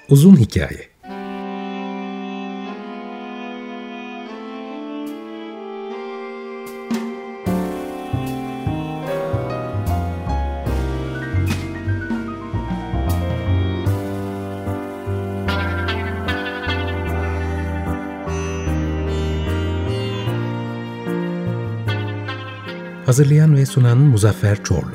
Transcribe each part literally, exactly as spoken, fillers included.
Uzun hikaye. Hazırlayan ve sunan Muzaffer Çorlu.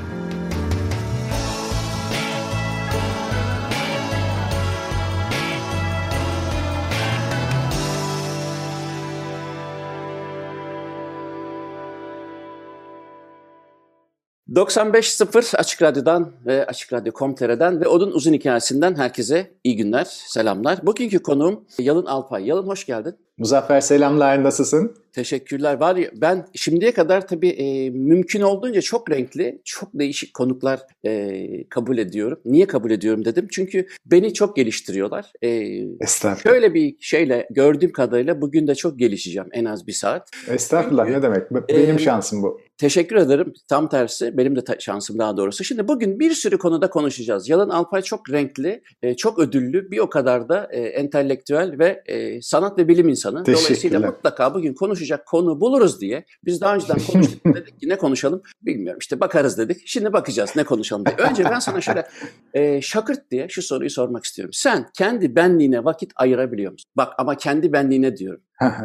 doksan beş nokta sıfır Açık Radyo'dan ve Açık Radyo nokta com nokta tr'den ve Odun Uzun Hikayesi'nden herkese iyi günler, selamlar. Bugünkü konuğum Yalın Alpay. Yalın, hoş geldin. Muzaffer, selamlar, nasılsın? Teşekkürler. Var ya, ben şimdiye kadar tabii e, mümkün olduğunca çok renkli, çok değişik konuklar e, kabul ediyorum. Niye kabul ediyorum dedim. Çünkü beni çok geliştiriyorlar. E, Estağfurullah. Şöyle bir şeyle, gördüğüm kadarıyla bugün de çok gelişeceğim, en az bir saat. Estağfurullah, Çünkü, ne demek? Benim e, şansım bu. Teşekkür ederim. Tam tersi. Benim de ta- şansım daha doğrusu. Şimdi bugün bir sürü konuda konuşacağız. Yalın Alpay çok renkli, e, çok ödüllü, bir o kadar da e, entelektüel ve e, sanat ve bilim insanı. Dolayısıyla mutlaka bugün konuşacak konu buluruz diye. Biz daha önceden konuştuk, dedik ki ne konuşalım bilmiyorum. İşte bakarız dedik. Şimdi bakacağız ne konuşalım diye. Önce ben sana şöyle e, şakırt diye şu soruyu sormak istiyorum. Sen kendi benliğine vakit ayırabiliyor musun? Bak, ama kendi benliğine diyorum.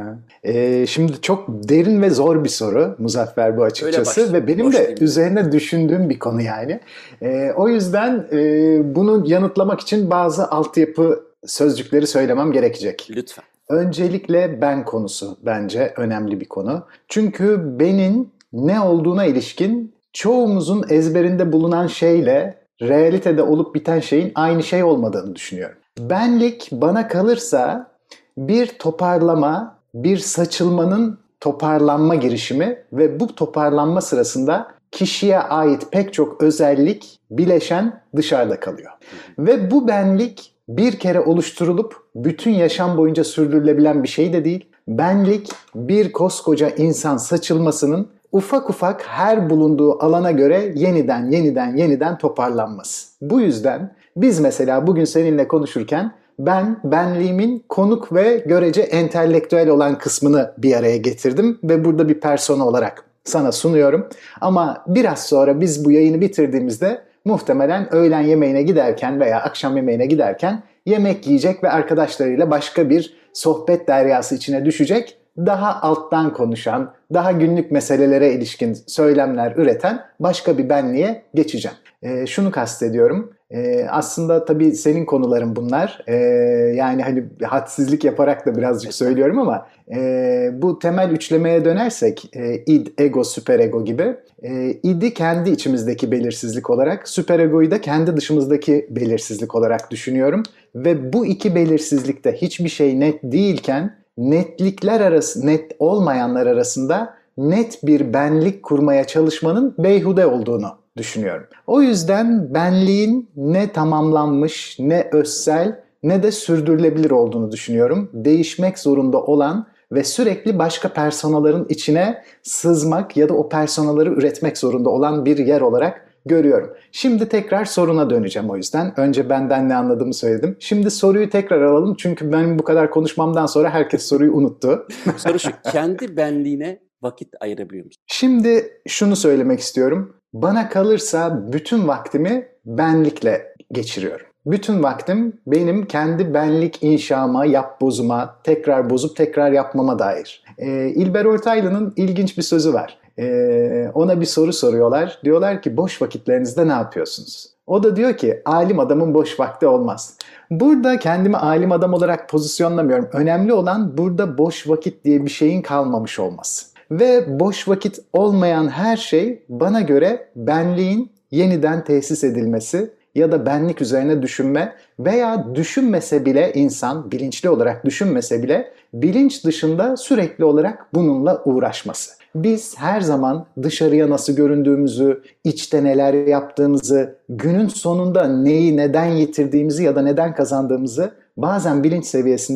ee, şimdi çok derin ve zor bir soru Muzaffer bu açıkçası ve benim de üzerine düşündüğüm bir konu yani. Ee, o yüzden e, bunu yanıtlamak için bazı altyapı sözcükleri söylemem gerekecek. Lütfen. Öncelikle ben konusu bence önemli bir konu. Çünkü benin ne olduğuna ilişkin çoğumuzun ezberinde bulunan şeyle realitede olup biten şeyin aynı şey olmadığını düşünüyorum. Benlik bana kalırsa bir toparlama, bir saçılmanın toparlanma girişimi ve bu toparlanma sırasında kişiye ait pek çok özellik bileşen dışarıda kalıyor. Ve bu benlik bir kere oluşturulup bütün yaşam boyunca sürdürülebilen bir şey de değil. Benlik bir koskoca insan saçılmasının ufak ufak her bulunduğu alana göre yeniden yeniden yeniden toparlanması. Bu yüzden biz mesela bugün seninle konuşurken ben benliğimin konuk ve görece entelektüel olan kısmını bir araya getirdim ve burada bir persona olarak sana sunuyorum. Ama biraz sonra biz bu yayını bitirdiğimizde muhtemelen öğlen yemeğine giderken veya akşam yemeğine giderken yemek yiyecek ve arkadaşlarıyla başka bir sohbet deryası içine düşecek. Daha alttan konuşan, daha günlük meselelere ilişkin söylemler üreten başka bir benliğe geçeceğim. E, şunu kastediyorum. Ee, aslında tabii senin konuların bunlar. Ee, yani hani hadsizlik yaparak da birazcık söylüyorum ama e, bu temel üçlemeye dönersek e, id, ego, süperego gibi e, id'i kendi içimizdeki belirsizlik olarak, süperegoyu da kendi dışımızdaki belirsizlik olarak düşünüyorum. Ve bu iki belirsizlikte hiçbir şey net değilken netlikler arası, net olmayanlar arasında net bir benlik kurmaya çalışmanın beyhude olduğunu düşünüyorum. O yüzden benliğin ne tamamlanmış, ne özsel, ne de sürdürülebilir olduğunu düşünüyorum. Değişmek zorunda olan ve sürekli başka personaların içine sızmak ya da o personaları üretmek zorunda olan bir yer olarak görüyorum. Şimdi tekrar soruna döneceğim o yüzden. Önce benden ne anladığımı söyledim. Şimdi soruyu tekrar alalım çünkü benim bu kadar konuşmamdan sonra herkes soruyu unuttu. Soru şu, kendi benliğine vakit ayırabiliyor musun? Şimdi şunu söylemek istiyorum. Bana kalırsa bütün vaktimi benlikle geçiriyorum. Bütün vaktim benim kendi benlik inşama, yap bozuma, tekrar bozup tekrar yapmama dair. Ee, İlber Ortaylı'nın ilginç bir sözü var. Ee, ona bir soru soruyorlar. Diyorlar ki boş vakitlerinizde ne yapıyorsunuz? O da diyor ki alim adamın boş vakti olmaz. Burada kendimi alim adam olarak pozisyonlamıyorum. Önemli olan burada boş vakit diye bir şeyin kalmamış olması. Ve boş vakit olmayan her şey bana göre benliğin yeniden tesis edilmesi ya da benlik üzerine düşünme veya düşünmese bile insan, bilinçli olarak düşünmese bile bilinç dışında sürekli olarak bununla uğraşması. Biz her zaman dışarıya nasıl göründüğümüzü, içte neler yaptığımızı, günün sonunda neyi neden yitirdiğimizi ya da neden kazandığımızı bazen bilinç seviyesinde,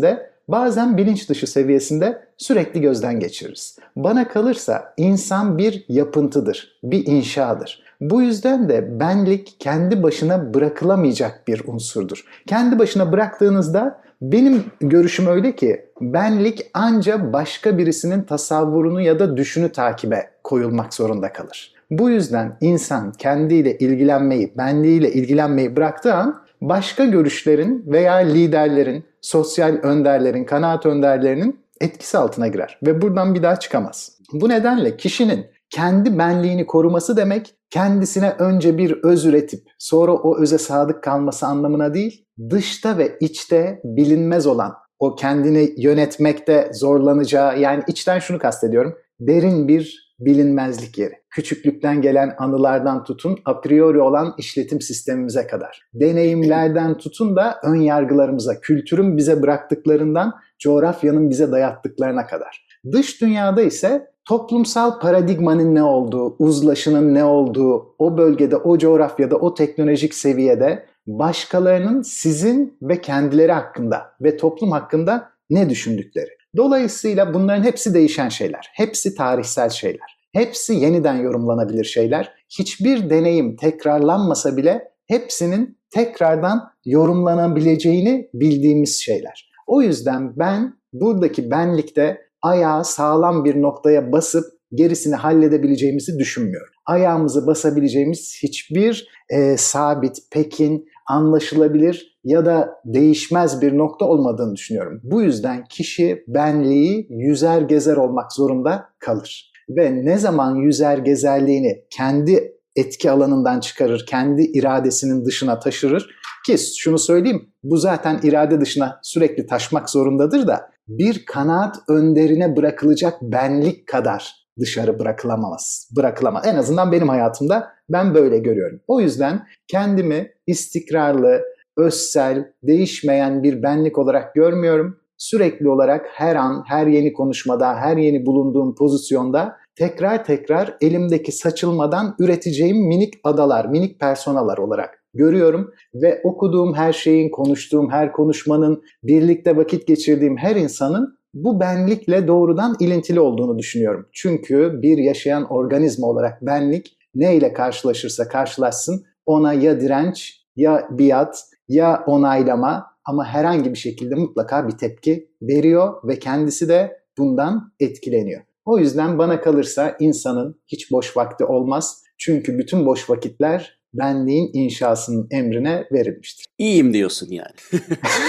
bazen bilinç dışı seviyesinde sürekli gözden geçiririz. Bana kalırsa insan bir yapıntıdır, bir inşadır. Bu yüzden de benlik kendi başına bırakılamayacak bir unsurdur. Kendi başına bıraktığınızda benim görüşüm öyle ki benlik ancak başka birisinin tasavvurunu ya da düşünü takibe koyulmak zorunda kalır. Bu yüzden insan kendiyle ilgilenmeyi, benliğiyle ilgilenmeyi bıraktığı an başka görüşlerin veya liderlerin, sosyal önderlerin, kanaat önderlerinin etkisi altına girer ve buradan bir daha çıkamaz. Bu nedenle kişinin kendi benliğini koruması demek, kendisine önce bir öz üretip sonra o öze sadık kalması anlamına değil, dışta ve içte bilinmez olan, o kendini yönetmekte zorlanacağı, yani içten şunu kastediyorum, derin bir bilinmezlik yeri. Küçüklükten gelen anılardan tutun, a priori olan işletim sistemimize kadar. Deneyimlerden tutun da ön yargılarımıza, kültürün bize bıraktıklarından coğrafyanın bize dayattıklarına kadar. Dış dünyada ise toplumsal paradigmanın ne olduğu, uzlaşının ne olduğu, o bölgede, o coğrafyada, o teknolojik seviyede başkalarının sizin ve kendileri hakkında ve toplum hakkında ne düşündükleri. Dolayısıyla bunların hepsi değişen şeyler, hepsi tarihsel şeyler, hepsi yeniden yorumlanabilir şeyler. Hiçbir deneyim tekrarlanmasa bile hepsinin tekrardan yorumlanabileceğini bildiğimiz şeyler. O yüzden ben buradaki benlikte ayağı sağlam bir noktaya basıp gerisini halledebileceğimizi düşünmüyorum. Ayağımızı basabileceğimiz hiçbir e, sabit, pekin, anlaşılabilir ya da değişmez bir nokta olmadığını düşünüyorum. Bu yüzden kişi benliği yüzer gezer olmak zorunda kalır. Ve ne zaman yüzer gezerliğini kendi etki alanından çıkarır, kendi iradesinin dışına taşırır ki şunu söyleyeyim, bu zaten irade dışına sürekli taşmak zorundadır da bir kanaat önderine bırakılacak benlik kadar dışarı bırakılamaz. Bırakılamaz. En azından benim hayatımda ben böyle görüyorum. O yüzden kendimi istikrarlı, özsel, değişmeyen bir benlik olarak görmüyorum. Sürekli olarak her an, her yeni konuşmada, her yeni bulunduğum pozisyonda tekrar tekrar elimdeki saçılmadan üreteceğim minik adalar, minik personalar olarak görüyorum ve okuduğum her şeyin, konuştuğum her konuşmanın, birlikte vakit geçirdiğim her insanın bu benlikle doğrudan ilintili olduğunu düşünüyorum. Çünkü bir yaşayan organizma olarak benlik neyle karşılaşırsa karşılaşsın ona ya direnç, ya biat, ya onaylama ama herhangi bir şekilde mutlaka bir tepki veriyor ve kendisi de bundan etkileniyor. O yüzden bana kalırsa insanın hiç boş vakti olmaz. Çünkü bütün boş vakitler benliğin inşasının emrine verilmiştir. İyiyim diyorsun yani.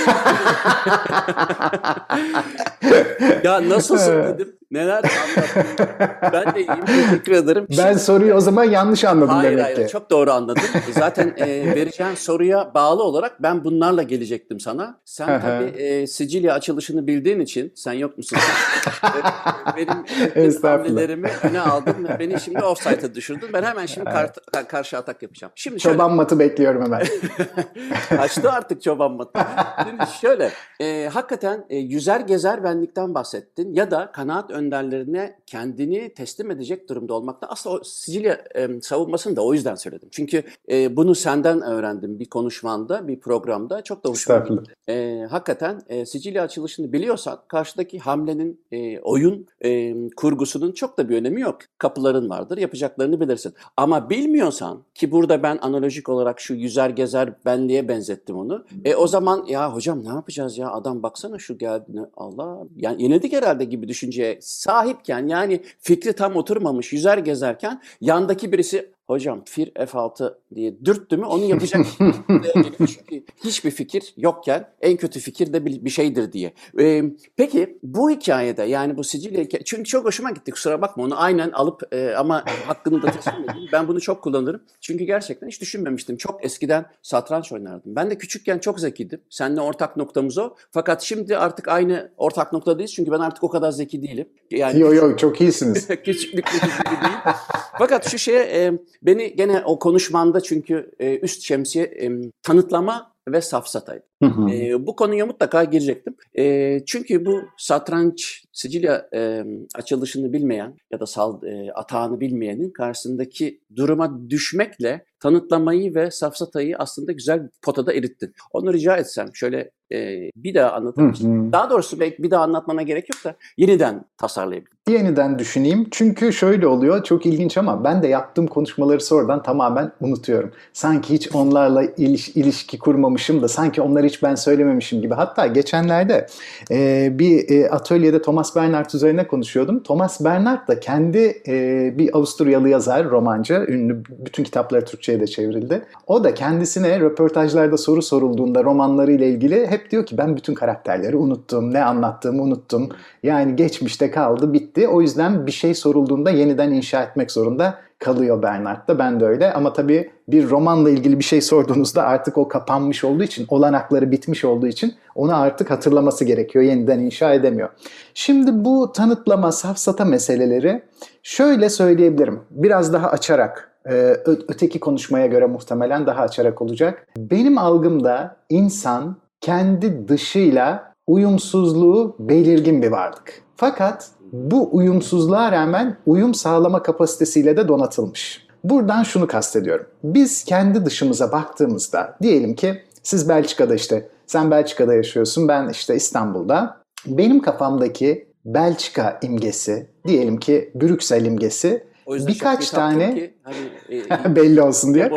Ya nasılsın dedim. Neler anlattın. Ben de iyiyim. Teşekkür ederim. Ben Şimdi, soruyu o zaman yanlış anladım hayır, demek hayır, ki. Hayır, çok doğru anladım. Zaten e, vereceğin soruya bağlı olarak ben bunlarla gelecektim sana. Sen tabii e, Sicilya açılışını bildiğin için, sen yok musun? e, benim hamlelerimi öne aldın ve beni şimdi offside'a düşürdün. Ben hemen şimdi kar, kar, karşı atak yapacağım. Şimdi şöyle, çoban matı bekliyorum hemen. Açtı artık çoban matı. Şimdi şöyle, e, hakikaten e, yüzer gezer benlikten bahsettin ya da kanaat önderlerine kendini teslim edecek durumda olmakta. Aslında o Sicilya e, savunmasını da o yüzden söyledim. Çünkü e, bunu senden öğrendim bir konuşmanda, bir programda. Çok da hoşuma gitti. E, hakikaten e, Sicilya açılışını biliyorsan karşıdaki hamlenin, e, oyun e, kurgusunun çok da bir önemi yok. Kapıların vardır, yapacaklarını bilirsin. Ama bilmiyorsan ki burada ben analojik olarak şu yüzer gezer benliğe benzettim onu. E o zaman ya hocam ne yapacağız ya, adam baksana şu geldiğine, Allah yani yenildik herhalde gibi düşünceye sahipken, yani fikri tam oturmamış yüzer gezerken yandaki birisi hocam Fir F altı diye dürttü mü onu yapacak. Çünkü hiçbir fikir yokken en kötü fikir de bir şeydir diye. Ee, peki bu hikayede, yani bu Sicilya hikayesi, çünkü çok hoşuma gitti, kusura bakma, onu aynen alıp e, ama hakkını da teslim edeyim. Ben bunu çok kullanırım. Çünkü gerçekten hiç düşünmemiştim. Çok eskiden satranç oynardım. Ben de küçükken çok zekiydim. Seninle ortak noktamız o. Fakat şimdi artık aynı ortak noktadayız. Çünkü ben artık o kadar zeki değilim. Yani yok yok çok iyisiniz. Küçüklükteki gibi değil. Fakat şu şeye e, beni gene o konuşmanda, çünkü e, üst şemsiye e, tanıtlama ve safsataydı. Hı hı. E, bu konuya mutlaka girecektim. E, çünkü bu satranç Sicilya e, açılışını bilmeyen ya da sal, e, atağını bilmeyenin karşısındaki duruma düşmekle tanıtlamayı ve safsatayı aslında güzel potada erittin. Onu rica etsem şöyle e, bir daha anlatabilirsin. Daha doğrusu belki bir daha anlatmana gerek yok da yeniden tasarlayabilirim. Yeniden düşüneyim. Çünkü şöyle oluyor, çok ilginç ama ben de yaptığım konuşmaları sonradan tamamen unutuyorum. Sanki hiç onlarla iliş, ilişki kurmamışım da sanki onları hiç ben söylememişim gibi. Hatta geçenlerde e, bir e, atölyede Thomas Bernhard üzerine konuşuyordum. Thomas Bernhard da kendi e, bir Avusturyalı yazar, romancı, ünlü, bütün kitapları Türkçe'ye de çevrildi. O da kendisine röportajlarda soru sorulduğunda romanlarıyla ilgili hep diyor ki ben bütün karakterleri unuttum, ne anlattığımı unuttum. Yani geçmişte kaldı, bitti. O yüzden bir şey sorulduğunda yeniden inşa etmek zorunda kalıyor Bernhard da. Ben de öyle. Ama tabii bir romanla ilgili bir şey sorduğunuzda artık o kapanmış olduğu için, olanakları bitmiş olduğu için onu artık hatırlaması gerekiyor. Yeniden inşa edemiyor. Şimdi bu tanıtlama, safsata meseleleri şöyle söyleyebilirim. Biraz daha açarak, öteki konuşmaya göre muhtemelen daha açarak olacak. Benim algımda insan kendi dışıyla uyumsuzluğu belirgin bir varlık. Fakat bu uyumsuzluğa rağmen uyum sağlama kapasitesiyle de donatılmış. Buradan şunu kastediyorum. Biz kendi dışımıza baktığımızda diyelim ki siz Belçika'da işte sen Belçika'da yaşıyorsun, ben işte İstanbul'da. Benim kafamdaki Belçika imgesi, diyelim ki Brüksel imgesi birkaç tane ki, hani, e, belli olsun diye.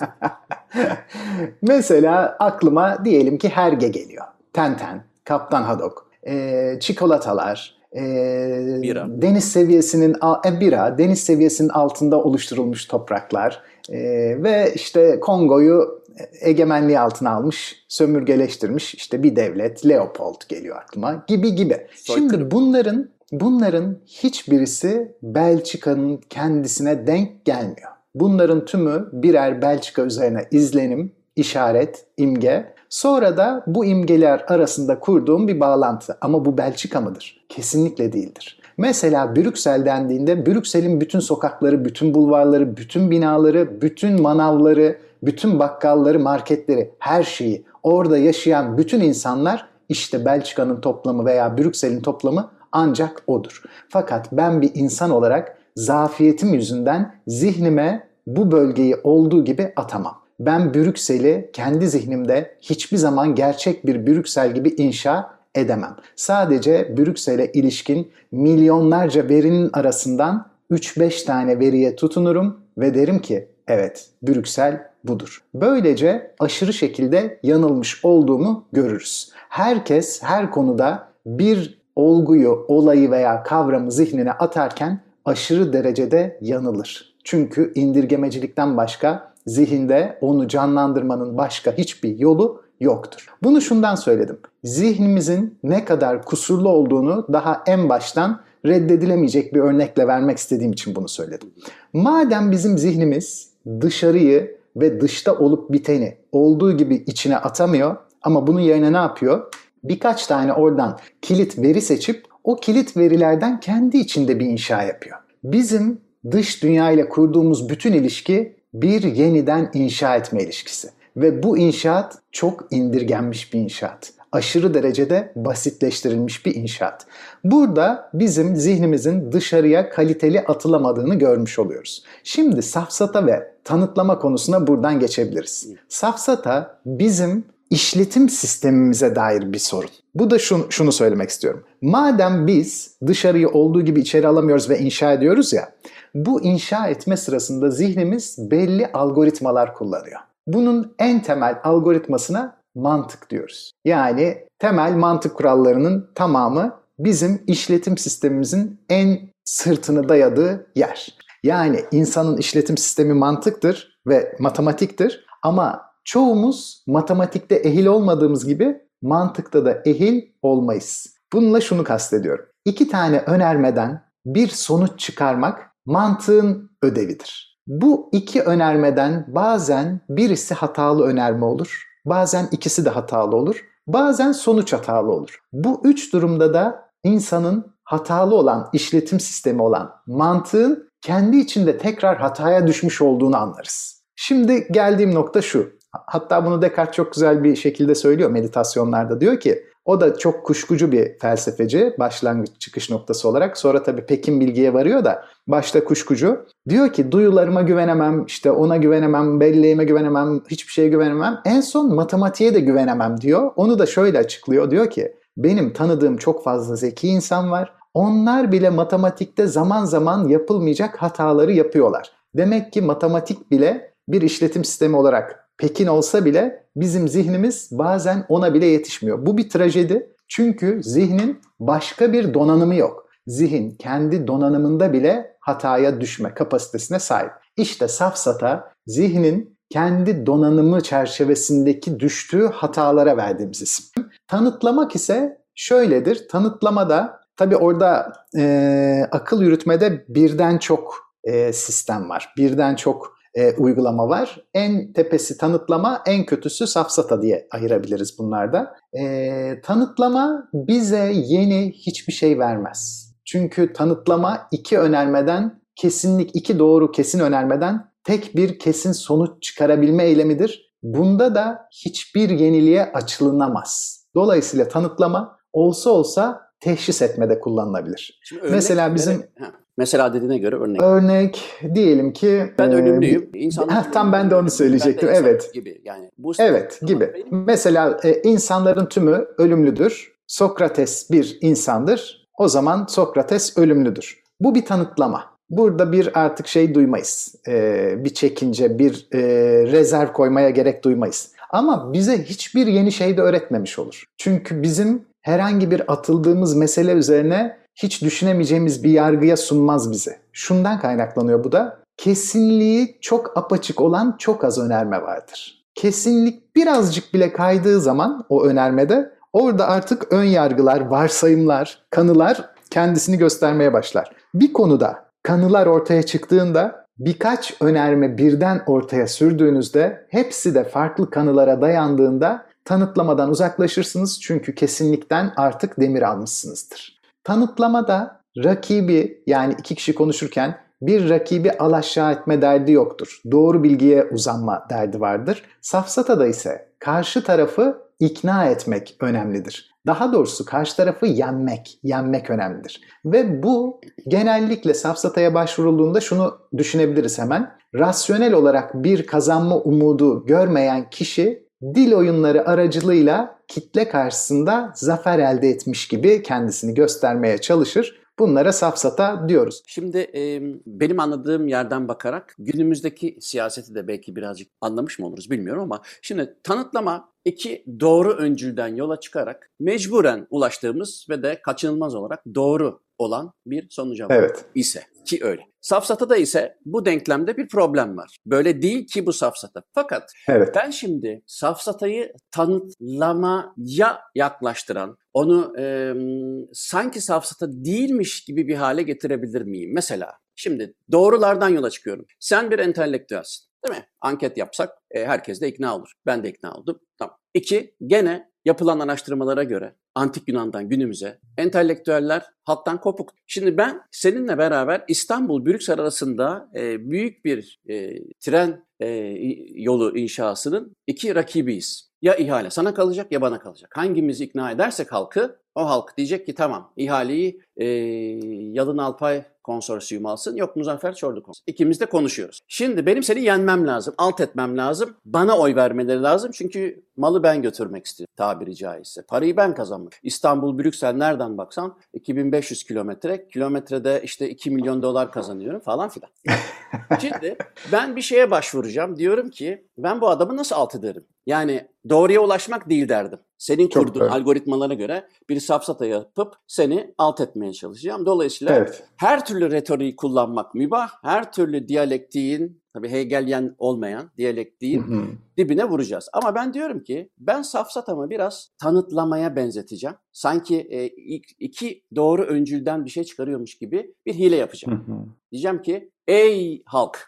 Mesela aklıma diyelim ki Herge geliyor. Tenten, Kaptan Haddock, e, çikolatalar, e, bira. deniz seviyesinin e, bira, deniz seviyesinin altında oluşturulmuş topraklar e, ve işte Kongo'yu egemenliği altına almış, sömürgeleştirmiş işte bir devlet, Leopold geliyor aklıma gibi gibi. Soykırım. Şimdi bunların bunların hiçbirisi Belçika'nın kendisine denk gelmiyor. Bunların tümü birer Belçika üzerine izlenim, işaret, imge. Sonra da bu imgeler arasında kurduğum bir bağlantı. Ama bu Belçika mıdır? Kesinlikle değildir. Mesela Brüksel dendiğinde Brüksel'in bütün sokakları, bütün bulvarları, bütün binaları, bütün manavları, bütün bakkalları, marketleri, her şeyi, orada yaşayan bütün insanlar işte Belçika'nın toplamı veya Brüksel'in toplamı ancak odur. Fakat ben bir insan olarak zafiyetim yüzünden zihnime bu bölgeyi olduğu gibi atamam. Ben Brüksel'i kendi zihnimde hiçbir zaman gerçek bir Brüksel gibi inşa edemem. Sadece Brüksel'e ilişkin milyonlarca verinin arasından üç beş tane veriye tutunurum ve derim ki evet, Brüksel budur. Böylece aşırı şekilde yanılmış olduğumu görürüz. Herkes her konuda bir olguyu, olayı veya kavramı zihnine atarken aşırı derecede yanılır. Çünkü indirgemecilikten başka zihinde onu canlandırmanın başka hiçbir yolu yoktur. Bunu şundan söyledim. Zihnimizin ne kadar kusurlu olduğunu daha en baştan reddedilemeyecek bir örnekle vermek istediğim için bunu söyledim. Madem bizim zihnimiz dışarıyı ve dışta olup biteni olduğu gibi içine atamıyor ama bunun yerine ne yapıyor? Birkaç tane oradan kilit veri seçip o kilit verilerden kendi içinde bir inşa yapıyor. Bizim dış dünya ile kurduğumuz bütün ilişki bir yeniden inşa etme ilişkisi. Ve bu inşaat çok indirgenmiş bir inşaat. Aşırı derecede basitleştirilmiş bir inşaat. Burada bizim zihnimizin dışarıya kaliteli atılamadığını görmüş oluyoruz. Şimdi safsata ve tanıtlama konusuna buradan geçebiliriz. Safsata bizim işletim sistemimize dair bir sorun. Bu da şunu, şunu söylemek istiyorum. Madem biz dışarıyı olduğu gibi içeri alamıyoruz ve inşa ediyoruz ya, bu inşa etme sırasında zihnimiz belli algoritmalar kullanıyor. Bunun en temel algoritmasına mantık diyoruz. Yani temel mantık kurallarının tamamı bizim işletim sistemimizin en sırtını dayadığı yer. Yani insanın işletim sistemi mantıktır ve matematiktir ama çoğumuz matematikte ehil olmadığımız gibi mantıkta da ehil olmayız. Bununla şunu kastediyorum. İki tane önermeden bir sonuç çıkarmak mantığın ödevidir. Bu iki önermeden bazen birisi hatalı önerme olur, bazen ikisi de hatalı olur, bazen sonuç hatalı olur. Bu üç durumda da insanın hatalı olan işletim sistemi olan mantığın kendi içinde tekrar hataya düşmüş olduğunu anlarız. Şimdi geldiğim nokta şu. Hatta bunu Descartes çok güzel bir şekilde söylüyor meditasyonlarda. Diyor ki o da çok kuşkucu bir felsefeci başlangıç çıkış noktası olarak. Sonra tabii Pekin bilgiye varıyor da başta kuşkucu. Diyor ki duyularıma güvenemem, işte ona güvenemem, belleğime güvenemem, hiçbir şeye güvenemem. En son matematiğe de güvenemem diyor. Onu da şöyle açıklıyor. Diyor ki benim tanıdığım çok fazla zeki insan var. Onlar bile matematikte zaman zaman yapılmayacak hataları yapıyorlar. Demek ki matematik bile bir işletim sistemi olarak Pekin olsa bile bizim zihnimiz bazen ona bile yetişmiyor. Bu bir trajedi. Çünkü zihnin başka bir donanımı yok. Zihin kendi donanımında bile hataya düşme kapasitesine sahip. İşte safsata zihnin kendi donanımı çerçevesindeki düştüğü hatalara verdiğimiz isim. Tanıtlamak ise şöyledir. Tanıtlamada tabii orada e, akıl yürütmede birden çok e, sistem var. Birden çok e, uygulama var. En tepesi tanıtlama, en kötüsü safsata diye ayırabiliriz bunlarda. E, tanıtlama bize yeni hiçbir şey vermez. Çünkü tanıtlama iki önermeden kesinlik, iki doğru kesin önermeden tek bir kesin sonuç çıkarabilme eylemidir. Bunda da hiçbir yeniliğe açılınamaz. Dolayısıyla tanıtlama olsa olsa teşhis etmede kullanılabilir. Örnek, mesela bizim ha, mesela dediğine göre örnek. Örnek diyelim ki ben e, ölümlüyüm. İnsanlar tam ben de onu söyleyecektim. Evet. Gibi. Yani bu evet gibi. Benim... Mesela e, insanların tümü ölümlüdür. Sokrates bir insandır. O zaman Sokrates ölümlüdür. Bu bir tanıtlama. Burada bir artık şey duymayız. Ee, bir çekince, bir e, rezerv koymaya gerek duymayız. Ama bize hiçbir yeni şey de öğretmemiş olur. Çünkü bizim herhangi bir atıldığımız mesele üzerine hiç düşünemeyeceğimiz bir yargıya sunmaz bizi. Şundan kaynaklanıyor bu da. Kesinliği çok apaçık olan çok az önerme vardır. Kesinlik birazcık bile kaydığı zaman o önermede orada artık ön yargılar, varsayımlar, kanılar kendisini göstermeye başlar. Bir konuda kanılar ortaya çıktığında birkaç önerme birden ortaya sürdüğünüzde hepsi de farklı kanılara dayandığında tanıtlamadan uzaklaşırsınız çünkü kesinlikten artık demir almışsınızdır. Tanıtlamada rakibi yani iki kişi konuşurken bir rakibi alaşağı etme derdi yoktur. Doğru bilgiye uzanma derdi vardır. Safsatada ise karşı tarafı ikna etmek önemlidir. Daha doğrusu karşı tarafı yenmek, yenmek önemlidir. Ve bu genellikle safsataya başvurulduğunda şunu düşünebiliriz hemen. Rasyonel olarak bir kazanma umudu görmeyen kişi dil oyunları aracılığıyla kitle karşısında zafer elde etmiş gibi kendisini göstermeye çalışır. Bunlara safsata diyoruz. Şimdi e, benim anladığım yerden bakarak günümüzdeki siyaseti de belki birazcık anlamış mı oluruz bilmiyorum ama şimdi tanıtlama iki doğru öncülden yola çıkarak mecburen ulaştığımız ve de kaçınılmaz olarak doğru olan bir sonuca var evet. ise ki öyle. Safsatada ise bu denklemde bir problem var. Böyle değil ki bu safsata. Fakat evet. ben şimdi safsatayı tanıtlamaya yaklaştıran, onu e, sanki safsata değilmiş gibi bir hale getirebilir miyim? Mesela şimdi doğrulardan yola çıkıyorum. Sen bir entelektüelsin, değil mi? Anket yapsak e, herkes de ikna olur. Ben de ikna oldum. Tamam. İki, gene yapılan araştırmalara göre Antik Yunan'dan günümüze entelektüeller halktan kopuk. Şimdi ben seninle beraber İstanbul-Brüksel arasında e, büyük bir e, tren e, yolu inşasının iki rakibiyiz. Ya ihale sana kalacak ya bana kalacak. Hangimiz ikna edersek halkı, o halk diyecek ki tamam ihaleyi e, Yalın Alpay konsorsiyum alsın, yok Muzaffer Çorlu konsorsiyum. İkimiz de konuşuyoruz. Şimdi benim seni yenmem lazım, alt etmem lazım. Bana oy vermeleri lazım çünkü malı ben götürmek istiyorum tabiri caizse. Parayı ben kazanmak. İstanbul-Brüksel nereden baksan iki bin beş yüz kilometre. Kilometrede işte iki milyon dolar kazanıyorum falan filan. Şimdi ben bir şeye başvuracağım. Diyorum ki ben bu adamı nasıl alt ederim? Yani doğruya ulaşmak değil derdim. Senin Çok kurduğun doğru. algoritmalara göre bir safsata yapıp seni alt etmeye çalışacağım. Dolayısıyla evet. her türlü retoriği kullanmak mübah. Her türlü diyalektiğin, tabii Hegelyen olmayan diyalektiğin hı hı. dibine vuracağız. Ama ben diyorum ki ben safsatamı biraz tanıtlamaya benzeteceğim. Sanki e, iki doğru öncülden bir şey çıkarıyormuş gibi bir hile yapacağım. Hı hı. Diyeceğim ki ey halk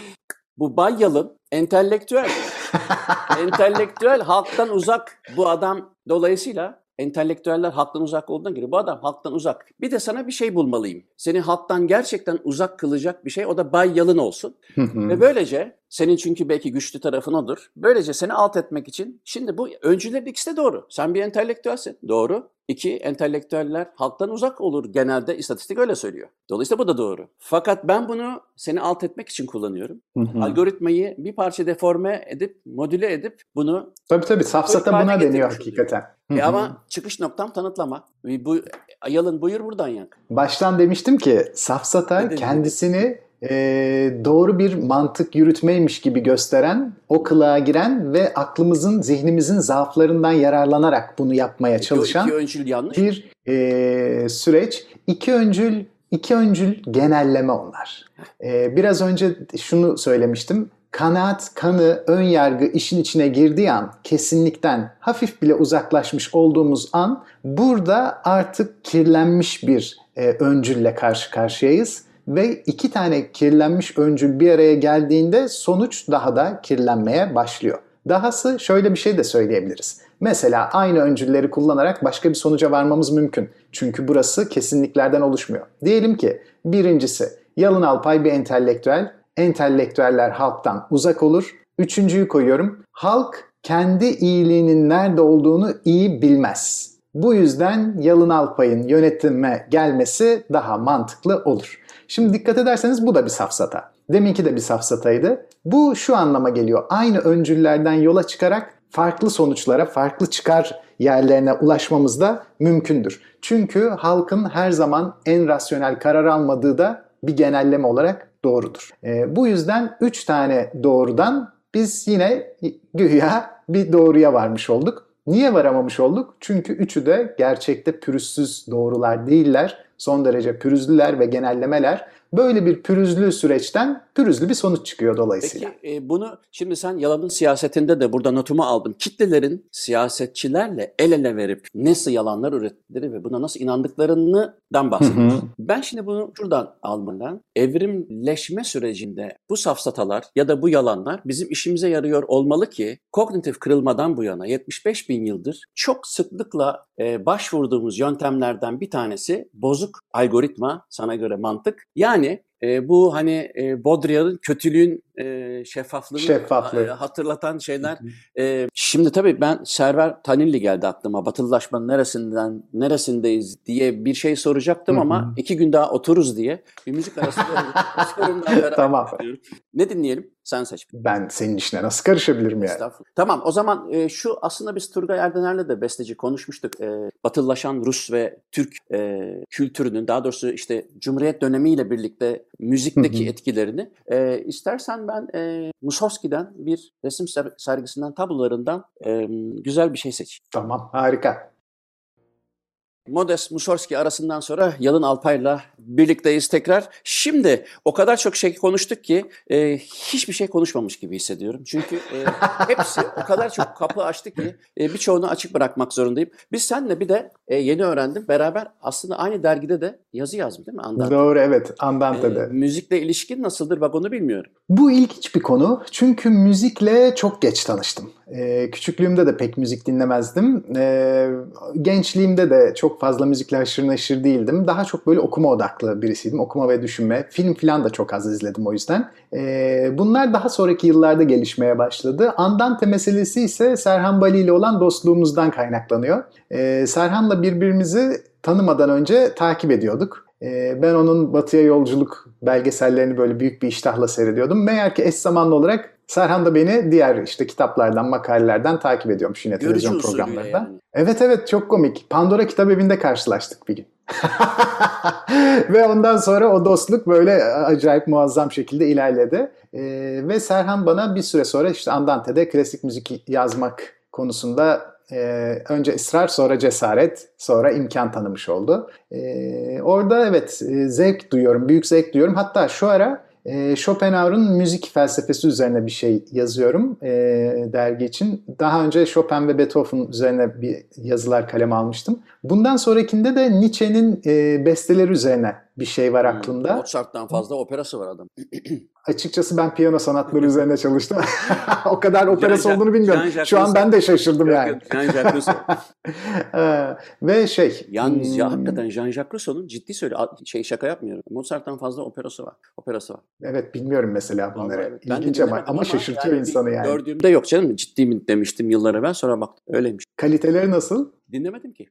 bu Bay Yalın entelektüel. entelektüel halktan uzak bu adam dolayısıyla entelektüeller halktan uzak olduğuna göre bu adam halktan uzak. Bir de sana bir şey bulmalıyım. Seni halktan gerçekten uzak kılacak bir şey, o da Bay Yalın olsun. Ve böylece senin çünkü belki güçlü tarafın odur. Böylece seni alt etmek için, şimdi bu öncülerin ikisi de doğru. Sen bir entelektüelsin. Doğru. İki, entelektüeller halktan uzak olur genelde, istatistik öyle söylüyor. Dolayısıyla bu da doğru. Fakat ben bunu seni alt etmek için kullanıyorum. Hı hı. Algoritmayı bir parça deforme edip, modüle edip bunu... Tabii tabii, safsata buna deniyor hakikaten. E ama çıkış noktam tanıtlama. Bu, Yalın buyur buradan yak. Baştan demiştim ki safsata Neden kendisini e, doğru bir mantık yürütmeymiş gibi gösteren, o kılığa giren ve aklımızın, zihnimizin zaaflarından yararlanarak bunu yapmaya çalışan iki öncül yanlış bir e, süreç. İki öncül, iki öncül genelleme onlar. E, biraz önce şunu söylemiştim. Kanaat, kanı, ön yargı işin içine girdiği an, kesinlikten hafif bile uzaklaşmış olduğumuz an, burada artık kirlenmiş bir e, öncülle karşı karşıyayız. Ve iki tane kirlenmiş öncül bir araya geldiğinde sonuç daha da kirlenmeye başlıyor. Dahası şöyle bir şey de söyleyebiliriz. Mesela aynı öncülleri kullanarak başka bir sonuca varmamız mümkün. Çünkü burası kesinliklerden oluşmuyor. Diyelim ki birincisi, Yalın Alpay bir entelektüel. Entelektüeller halktan uzak olur. Üçüncüyü koyuyorum. Halk kendi iyiliğinin nerede olduğunu iyi bilmez. Bu yüzden Yalın Alpay'ın yönetime gelmesi daha mantıklı olur. Şimdi dikkat ederseniz bu da bir safsata. Deminki de bir safsataydı. Bu şu anlama geliyor. Aynı öncüllerden yola çıkarak farklı sonuçlara, farklı çıkar yerlerine ulaşmamız da mümkündür. Çünkü halkın her zaman en rasyonel karar almadığı da bir genelleme olarak doğrudur. E, bu yüzden üç tane doğrudan biz yine güya bir doğruya varmış olduk. Niye varamamış olduk? Çünkü üçü de gerçekte pürüzsüz doğrular değiller. Son derece pürüzlüler ve genellemeler. Böyle bir pürüzlü süreçten pürüzlü bir sonuç çıkıyor dolayısıyla. Peki e, bunu şimdi sen Yalan'ın siyasetinde de burada notumu aldım. Kitlelerin siyasetçilerle el ele verip nasıl yalanlar ürettikleri ve buna nasıl inandıklarından bahsediyorsun. Ben şimdi bunu şuradan almadan, evrimleşme sürecinde bu safsatalar ya da bu yalanlar bizim işimize yarıyor olmalı ki kognitif kırılmadan bu yana yetmiş beş bin yıldır çok sıklıkla e, başvurduğumuz yöntemlerden bir tanesi bozuk algoritma, sana göre mantık. Yani e, bu hani e, Baudrillard'ın kötülüğün e, şeffaflığını Şeffaflığı. e, hatırlatan şeyler. E, şimdi tabii ben Server Tanilli geldi aklıma. Batılılaşmanın neresinden neresindeyiz diye bir şey soracaktım Hı-hı. ama iki gün daha otururuz diye bir müzik arası sorumdan Tamam. Ediyorum. Ne dinleyelim? Sen seç. Ben senin işine nasıl karışabilirim yani? Tamam, o zaman e, şu aslında biz Turgay Erdener'le de besteci konuşmuştuk. E, batılılaşan Rus ve Türk e, kültürünün, daha doğrusu işte Cumhuriyet dönemiyle birlikte müzikteki Hı-hı. etkilerini. E, istersen ben e, Mussorgsky'den bir resim sergisinden, tablolarından e, güzel bir şey seç. Tamam, harika. Modest Mussorgsky arasından sonra Yalın Alpay'la birlikteyiz tekrar. Şimdi o kadar çok şey konuştuk ki e, hiçbir şey konuşmamış gibi hissediyorum. Çünkü e, hepsi o kadar çok kapı açtı ki e, birçoğunu açık bırakmak zorundayım. Biz seninle bir de e, yeni öğrendim. Beraber aslında aynı dergide de yazı yazdım değil mi? Andante. Doğru, evet. Andante'de. E, müzikle ilişkin nasıldır bak onu bilmiyorum. Bu ilginç bir konu. Çünkü müzikle çok geç tanıştım. Ee, küçüklüğümde de pek müzik dinlemezdim. Ee, gençliğimde de çok fazla müzikle haşır neşir değildim. Daha çok böyle okuma odaklı birisiydim. Okuma ve düşünme. Film falan da çok az izledim o yüzden. Ee, bunlar daha sonraki yıllarda gelişmeye başladı. Andante meselesi ise Serhan Bali ile olan dostluğumuzdan kaynaklanıyor. Ee, Serhan'la birbirimizi tanımadan önce takip ediyorduk. Ben onun Batı'ya yolculuk belgesellerini böyle büyük bir iştahla seyrediyordum. Meğer ki eş zamanlı olarak Serhan da beni diğer işte kitaplardan, makalelerden takip ediyormuş yine televizyon programlarından. Yani. Evet evet, çok komik. Pandora Kitabevi'nde karşılaştık bir gün. Ve ondan sonra o dostluk böyle acayip muazzam şekilde ilerledi. Ee, ve Serhan bana bir süre sonra işte Andante'de klasik müzik yazmak konusunda Ee, önce ısrar, sonra cesaret, sonra imkan tanımış oldu. Ee, orada evet zevk duyuyorum, büyük zevk duyuyorum. Hatta şu ara e, Schopenhauer'un müzik felsefesi üzerine bir şey yazıyorum e, dergi için. Daha önce Chopin ve Beethoven üzerine bir yazılar kaleme almıştım. Bundan sonrakinde de Nietzsche'nin e, besteleri üzerine bir şey var aklımda. Hmm, Mozart'tan fazla operası var adam. Açıkçası ben piyano sanatları üzerine çalıştım. O kadar operası Jean- olduğunu bilmiyorum. Jean-Jacques Şu an ben de şaşırdım Yok, yani. yok, Jean-Jacques Rousseau. Ee, Ve şey... Yalnız ya hmm, hakikaten Jean-Jacques Rousseau'nun ciddi söylüyor. Şey şaka yapmıyorum. Mozart'tan fazla operası var. Operası var. Evet, bilmiyorum mesela bunları. Vallahi evet. Ben de İlginç ama, dinlemedim ama şaşırtıyor yani bir insanı yani. gördüğümde yok canım. Ciddi mi demiştim yıllar evvel, sonra baktım öyleymiş. Kaliteleri nasıl? Dinlemedim ki.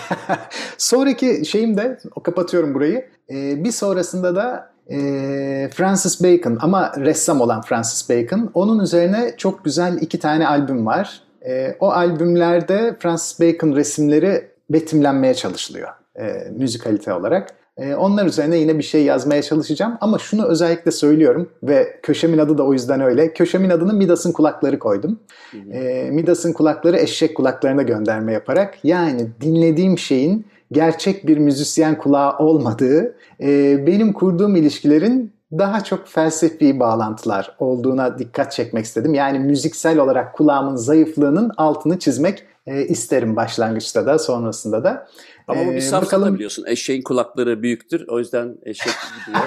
Sonraki şeyim de, o kapatıyorum burayı. Ee, bir sonrasında da e, Francis Bacon, ama ressam olan Francis Bacon. Onun üzerine çok güzel iki tane albüm var. E, o albümlerde Francis Bacon resimleri betimlenmeye çalışılıyor e, müzikalite olarak. E, onlar üzerine yine bir şey yazmaya çalışacağım. Ama şunu özellikle söylüyorum ve köşemin adı da o yüzden öyle. Köşemin adını Midas'ın kulakları koydum. E, Midas'ın kulakları eşek kulaklarına gönderme yaparak, yani dinlediğim şeyin gerçek bir müzisyen kulağı olmadığı, e, benim kurduğum ilişkilerin daha çok felsefi bağlantılar olduğuna dikkat çekmek istedim. Yani müziksel olarak kulağımın zayıflığının altını çizmek e, isterim başlangıçta da sonrasında da. Ama bu bir Ee, safsata bakalım. biliyorsun. Eşeğin kulakları büyüktür. O yüzden eşek gidiyor.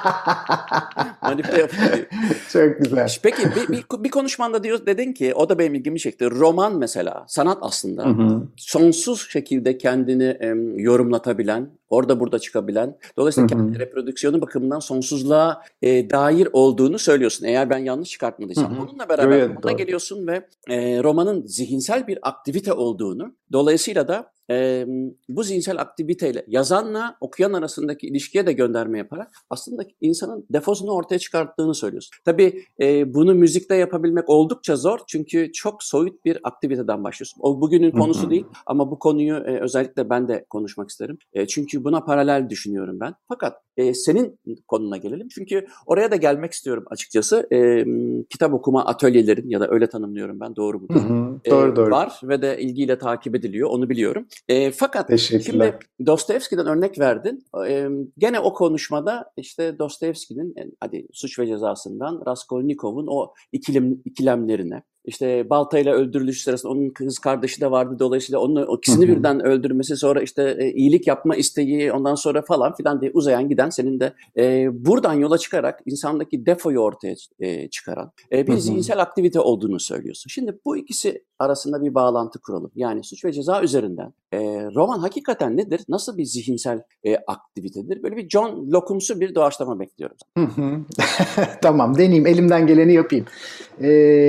Manipüle yapıyor. Çok güzel. Peki bir, bir, bir konuşmanda diyor, dedin ki, o da benim ilgimi çekti. Roman mesela sanat aslında. Hı hı. Sonsuz şekilde kendini em, yorumlatabilen, orada burada çıkabilen, dolayısıyla Hı hı. kendi reprodüksiyonu bakımından sonsuzluğa e, dair olduğunu söylüyorsun. Eğer ben yanlış çıkartmadıysam. Hı hı. Bununla beraber Evet, romana doğru. geliyorsun ve e, romanın zihinsel bir aktivite olduğunu, dolayısıyla da e, bu zihinsel aktiviteyle yazanla okuyan arasındaki ilişkiye de gönderme yaparak aslında insanın defosunu ortaya çıkarttığını söylüyorsun. Tabii e, bunu müzikte yapabilmek oldukça zor, çünkü çok soyut bir aktiviteden başlıyorsun. O bugünün konusu Hı hı. değil, ama bu konuyu e, özellikle ben de konuşmak isterim. E, çünkü buna paralel düşünüyorum ben. Fakat e, senin konuna gelelim. Çünkü oraya da gelmek istiyorum açıkçası. E, kitap okuma atölyelerin, ya da öyle tanımlıyorum ben, doğru mudur? Hı hı. Doğru, E, doğru. Var ve de ilgiyle takip ediliyor, onu biliyorum. E, fakat Teşekkürler. şimdi Dostoyevski'den örnek verdin. E, gene o konuşmada işte Dostoyevski'nin e, hadi Suç ve Cezası'ndan Raskolnikov'un o ikilem, ikilemlerine, işte baltayla öldürülüş sırasında onun kız kardeşi de vardı, dolayısıyla onun o ikisini Hı hı. birden öldürmesi, sonra işte e, iyilik yapma isteği, ondan sonra falan filan diye uzayan giden, senin de e, buradan yola çıkarak insandaki defoyu ortaya e, çıkaran e, bir Hı hı. zihinsel aktivite olduğunu söylüyorsun. Şimdi bu ikisi arasında bir bağlantı kuralım. Yani Suç ve Ceza üzerinden e, roman hakikaten nedir? Nasıl bir zihinsel e, aktivitedir? Böyle bir John Locke'umsu bir doğaçlama bekliyorum. Hı hı. Tamam, deneyeyim, elimden geleni yapayım. Ee,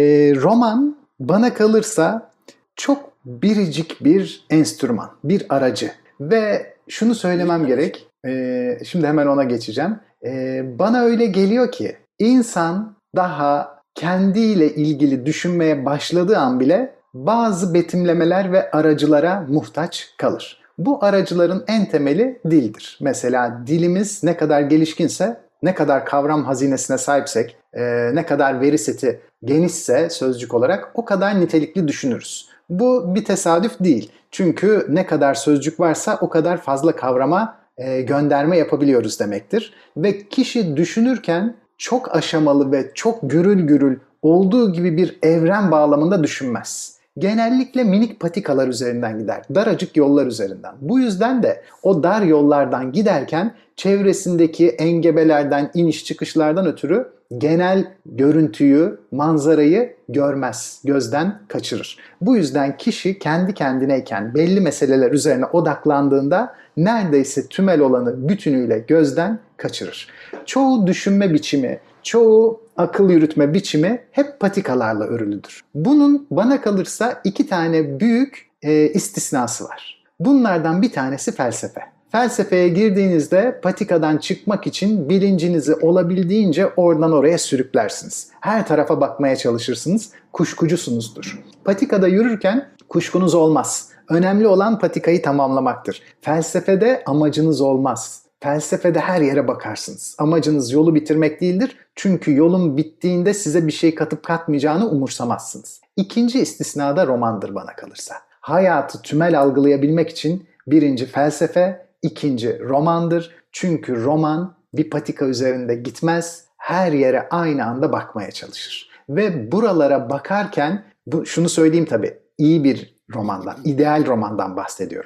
roman bana kalırsa çok biricik bir enstrüman, bir aracı. Ve şunu söylemem gerek, ee, şimdi hemen ona geçeceğim. Ee, bana öyle geliyor ki insan daha kendiyle ilgili düşünmeye başladığı an bile bazı betimlemeler ve aracılara muhtaç kalır. Bu aracıların en temeli dildir. Mesela dilimiz ne kadar gelişkinse, ne kadar kavram hazinesine sahipsek, e, ne kadar veri seti genişse sözcük olarak, o kadar nitelikli düşünürüz. Bu bir tesadüf değil. Çünkü ne kadar sözcük varsa o kadar fazla kavrama e, gönderme yapabiliyoruz demektir. Ve kişi düşünürken çok aşamalı ve çok gürül gürül olduğu gibi bir evren bağlamında düşünmez. Genellikle minik patikalar üzerinden gider, daracık yollar üzerinden. Bu yüzden de o dar yollardan giderken çevresindeki engebelerden, iniş çıkışlardan ötürü genel görüntüyü, manzarayı görmez, gözden kaçırır. Bu yüzden kişi kendi kendineyken belli meseleler üzerine odaklandığında neredeyse tümel olanı bütünüyle gözden kaçırır. Çoğu düşünme biçimi, çoğu akıl yürütme biçimi hep patikalarla örülüdür. Bunun bana kalırsa iki tane büyük e, istisnası var. Bunlardan bir tanesi felsefe. Felsefeye girdiğinizde patikadan çıkmak için bilincinizi olabildiğince oradan oraya sürüklersiniz. Her tarafa bakmaya çalışırsınız, kuşkucusunuzdur. Patikada yürürken kuşkunuz olmaz. Önemli olan patikayı tamamlamaktır. Felsefede amacınız olmaz. Felsefede her yere bakarsınız. Amacınız yolu bitirmek değildir. Çünkü yolun bittiğinde size bir şey katıp katmayacağını umursamazsınız. İkinci istisna da romandır bana kalırsa. Hayatı tümel algılayabilmek için birinci felsefe, ikinci romandır. Çünkü roman bir patika üzerinde gitmez, her yere aynı anda bakmaya çalışır. Ve buralara bakarken, bu, şunu söyleyeyim tabii, iyi bir romandan, ideal romandan bahsediyorum.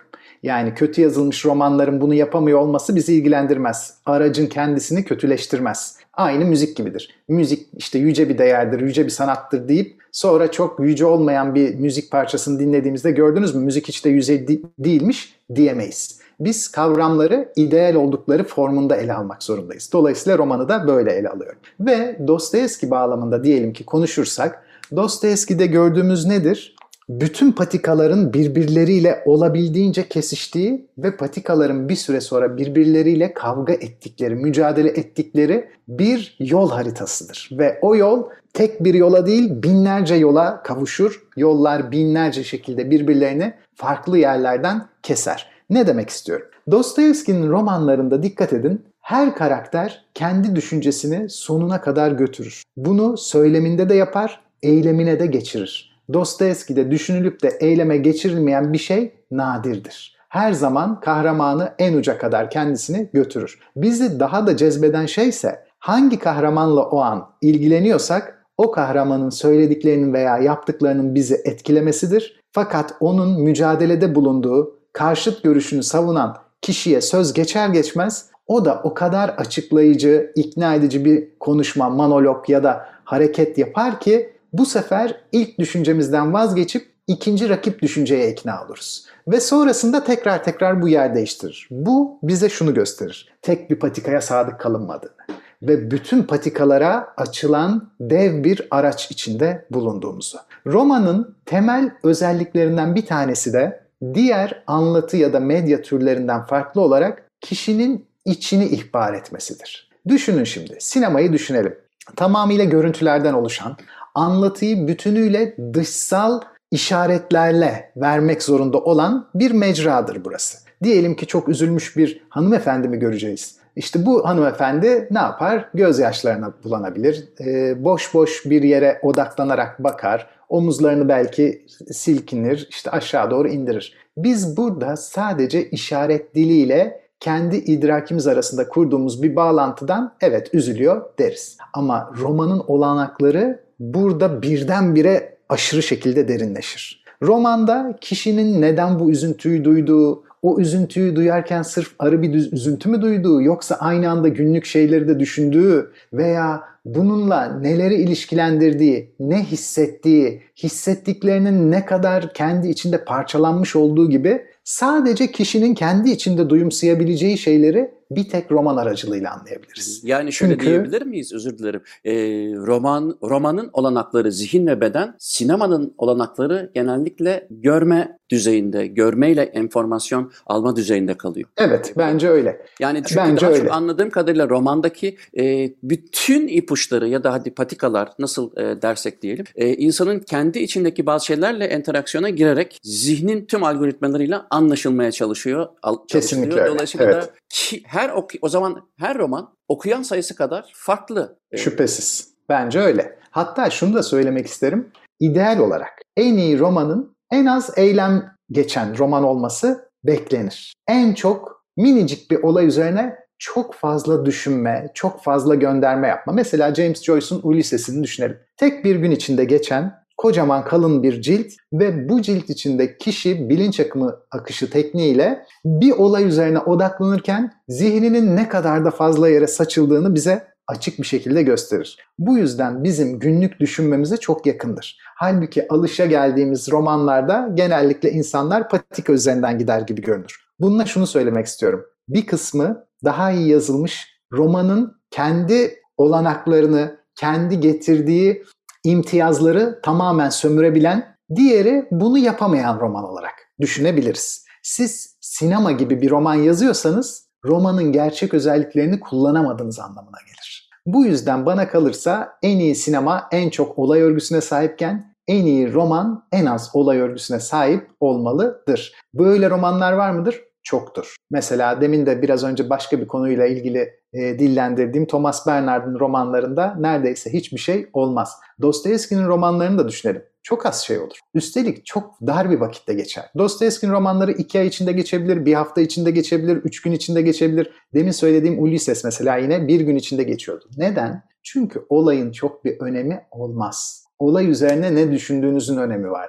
Yani kötü yazılmış romanların bunu yapamıyor olması bizi ilgilendirmez. Aracın kendisini kötüleştirmez. Aynı müzik gibidir. Müzik işte yüce bir değerdir, yüce bir sanattır deyip sonra çok yüce olmayan bir müzik parçasını dinlediğimizde gördünüz mü müzik hiç de yüce de- değilmiş diyemeyiz. Biz kavramları ideal oldukları formunda ele almak zorundayız. Dolayısıyla romanı da böyle ele alıyorum. Ve Dostoyevski bağlamında diyelim ki konuşursak, Dostoyevski'de gördüğümüz nedir? Bütün patikaların birbirleriyle olabildiğince kesiştiği ve patikaların bir süre sonra birbirleriyle kavga ettikleri, mücadele ettikleri bir yol haritasıdır. Ve o yol tek bir yola değil binlerce yola kavuşur. Yollar binlerce şekilde birbirlerini farklı yerlerden keser. Ne demek istiyorum? Dostoyevski'nin romanlarında dikkat edin, her karakter kendi düşüncesini sonuna kadar götürür. Bunu söyleminde de yapar, eylemine de geçirir. Dostoyevski'de düşünülüp de eyleme geçirilmeyen bir şey nadirdir. Her zaman kahramanı en uca kadar kendisini götürür. Bizi daha da cezbeden şeyse hangi kahramanla o an ilgileniyorsak o kahramanın söylediklerinin veya yaptıklarının bizi etkilemesidir. Fakat onun mücadelede bulunduğu, karşıt görüşünü savunan kişiye söz geçer geçmez o da o kadar açıklayıcı, ikna edici bir konuşma, monolog ya da hareket yapar ki bu sefer ilk düşüncemizden vazgeçip ikinci rakip düşünceye ikna oluruz. Ve sonrasında tekrar tekrar bu yer değiştirir. Bu bize şunu gösterir. Tek bir patikaya sadık kalınmadığını ve bütün patikalara açılan dev bir araç içinde bulunduğumuzu. Romanın temel özelliklerinden bir tanesi de diğer anlatı ya da medya türlerinden farklı olarak kişinin içini ihbar etmesidir. Düşünün şimdi, sinemayı düşünelim. Tamamıyla görüntülerden oluşan, anlatıyı bütünüyle dışsal işaretlerle vermek zorunda olan bir mecradır burası. Diyelim ki çok üzülmüş bir hanımefendi mi göreceğiz? İşte bu hanımefendi ne yapar? Gözyaşlarına bulanabilir, ee, boş boş bir yere odaklanarak bakar, omuzlarını belki silkinir, işte aşağı doğru indirir. Biz burada sadece işaret diliyle kendi idrakimiz arasında kurduğumuz bir bağlantıdan evet üzülüyor deriz. Ama romanın olanakları burada birdenbire aşırı şekilde derinleşir. Romanda kişinin neden bu üzüntüyü duyduğu, o üzüntüyü duyarken sırf arı bir üzüntü mü duyduğu yoksa aynı anda günlük şeyleri de düşündüğü veya bununla neleri ilişkilendirdiği, ne hissettiği, hissettiklerinin ne kadar kendi içinde parçalanmış olduğu gibi sadece kişinin kendi içinde duyumsayabileceği şeyleri bir tek roman aracılığıyla anlayabiliriz. Yani şöyle Çünkü, diyebilir miyiz? Özür dilerim. Ee, roman romanın olanakları zihin ve beden, sinemanın olanakları genellikle görme düzeyinde, görmeyle enformasyon alma düzeyinde kalıyor. Evet, bence öyle. Yani çünkü bence daha öyle. çok anladığım kadarıyla romandaki e, bütün ipuçları ya da hadi patikalar nasıl e, dersek diyelim, e, insanın kendi içindeki bazı şeylerle interaksiyona girerek zihnin tüm algoritmalarıyla anlaşılmaya çalışıyor. Al, Kesinlikle çalışılıyor. öyle. Dolayısıyla Evet. da ki, her oku, o zaman her roman okuyan sayısı kadar farklı. E, Şüphesiz. Bence öyle. Hatta şunu da söylemek isterim. İdeal olarak en iyi romanın en az eylem geçen roman olması beklenir. En çok minicik bir olay üzerine çok fazla düşünme, çok fazla gönderme yapma. Mesela James Joyce'un Ulysses'ini düşünelim. Tek bir gün içinde geçen kocaman kalın bir cilt ve bu cilt içinde kişi bilinç akımı akışı tekniğiyle bir olay üzerine odaklanırken zihninin ne kadar da fazla yere saçıldığını bize açık bir şekilde gösterir. Bu yüzden bizim günlük düşünmemize çok yakındır. Halbuki alışa geldiğimiz romanlarda genellikle insanlar patika üzerinden gider gibi görünür. Bununla şunu söylemek istiyorum. Bir kısmı daha iyi yazılmış romanın kendi olanaklarını, kendi getirdiği imtiyazları tamamen sömürebilen, diğeri bunu yapamayan roman olarak düşünebiliriz. Siz sinema gibi bir roman yazıyorsanız romanın gerçek özelliklerini kullanamadığınız anlamına gelir. Bu yüzden bana kalırsa en iyi sinema en çok olay örgüsüne sahipken en iyi roman en az olay örgüsüne sahip olmalıdır. Böyle romanlar var mıdır? Çoktur. Mesela demin de biraz önce başka bir konuyla ilgili e, dillendirdiğim Thomas Bernhard'ın romanlarında neredeyse hiçbir şey olmaz. Dostoyevski'nin romanlarını da düşünelim. Çok az şey olur. Üstelik çok dar bir vakitte geçer. Dostoyevski'nin romanları iki ay içinde geçebilir, bir hafta içinde geçebilir, üç gün içinde geçebilir. Demin söylediğim Ulysses mesela yine bir gün içinde geçiyordu. Neden? Çünkü olayın çok bir önemi olmaz. Olay üzerine ne düşündüğünüzün önemi vardır.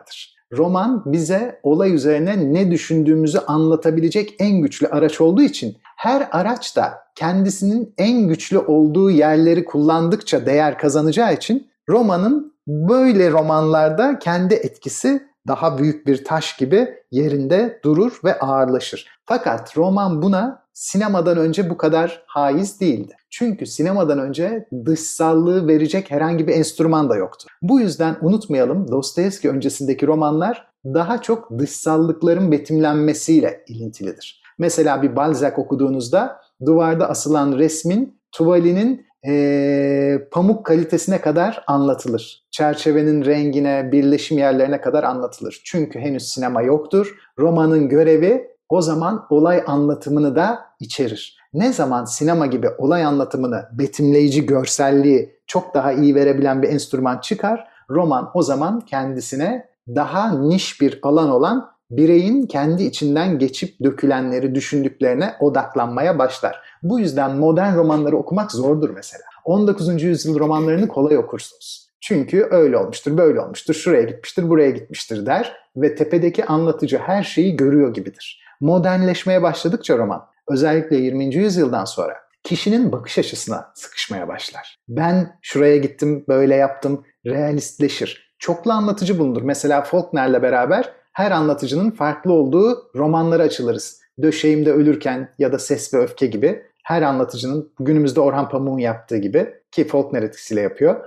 Roman bize olay üzerine ne düşündüğümüzü anlatabilecek en güçlü araç olduğu için her araç da kendisinin en güçlü olduğu yerleri kullandıkça değer kazanacağı için romanın böyle romanlarda kendi etkisi daha büyük bir taş gibi yerinde durur ve ağırlaşır. Fakat roman buna sinemadan önce bu kadar haiz değildi. Çünkü sinemadan önce dışsallığı verecek herhangi bir enstrüman da yoktu. Bu yüzden unutmayalım, Dostoyevski öncesindeki romanlar daha çok dışsallıkların betimlenmesiyle ilintilidir. Mesela bir Balzac okuduğunuzda duvarda asılan resmin tuvalinin ee, pamuk kalitesine kadar anlatılır. Çerçevenin rengine, birleşim yerlerine kadar anlatılır. Çünkü henüz sinema yoktur. Romanın görevi o zaman olay anlatımını da içerir. Ne zaman sinema gibi olay anlatımını, betimleyici görselliği çok daha iyi verebilen bir enstrüman çıkar, roman o zaman kendisine daha niş bir alan olan bireyin kendi içinden geçip dökülenleri, düşündüklerine odaklanmaya başlar. Bu yüzden modern romanları okumak zordur mesela. on dokuzuncu yüzyıl romanlarını kolay okursunuz. Çünkü öyle olmuştur, böyle olmuştur, şuraya gitmiştir, buraya gitmiştir der ve tepedeki anlatıcı her şeyi görüyor gibidir. Modernleşmeye başladıkça roman, özellikle yirminci yüzyıldan sonra kişinin bakış açısına sıkışmaya başlar. Ben şuraya gittim, böyle yaptım, realistleşir. Çoklu anlatıcı bulunur. Mesela Faulkner'le beraber her anlatıcının farklı olduğu romanları açılırız. Döşeğimde Ölürken ya da Ses ve Öfke gibi her anlatıcının günümüzde Orhan Pamuk'un yaptığı gibi, ki Faulkner etkisiyle yapıyor,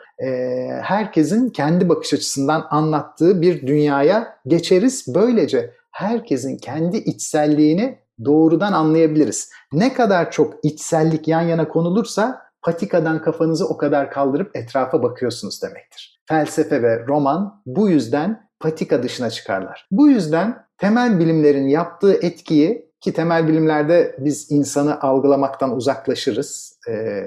herkesin kendi bakış açısından anlattığı bir dünyaya geçeriz. Böylece herkesin kendi içselliğini doğrudan anlayabiliriz. Ne kadar çok içsellik yan yana konulursa patikadan kafanızı o kadar kaldırıp etrafa bakıyorsunuz demektir. Felsefe ve roman bu yüzden patika dışına çıkarlar. Bu yüzden temel bilimlerin yaptığı etkiyi, ki temel bilimlerde biz insanı algılamaktan uzaklaşırız,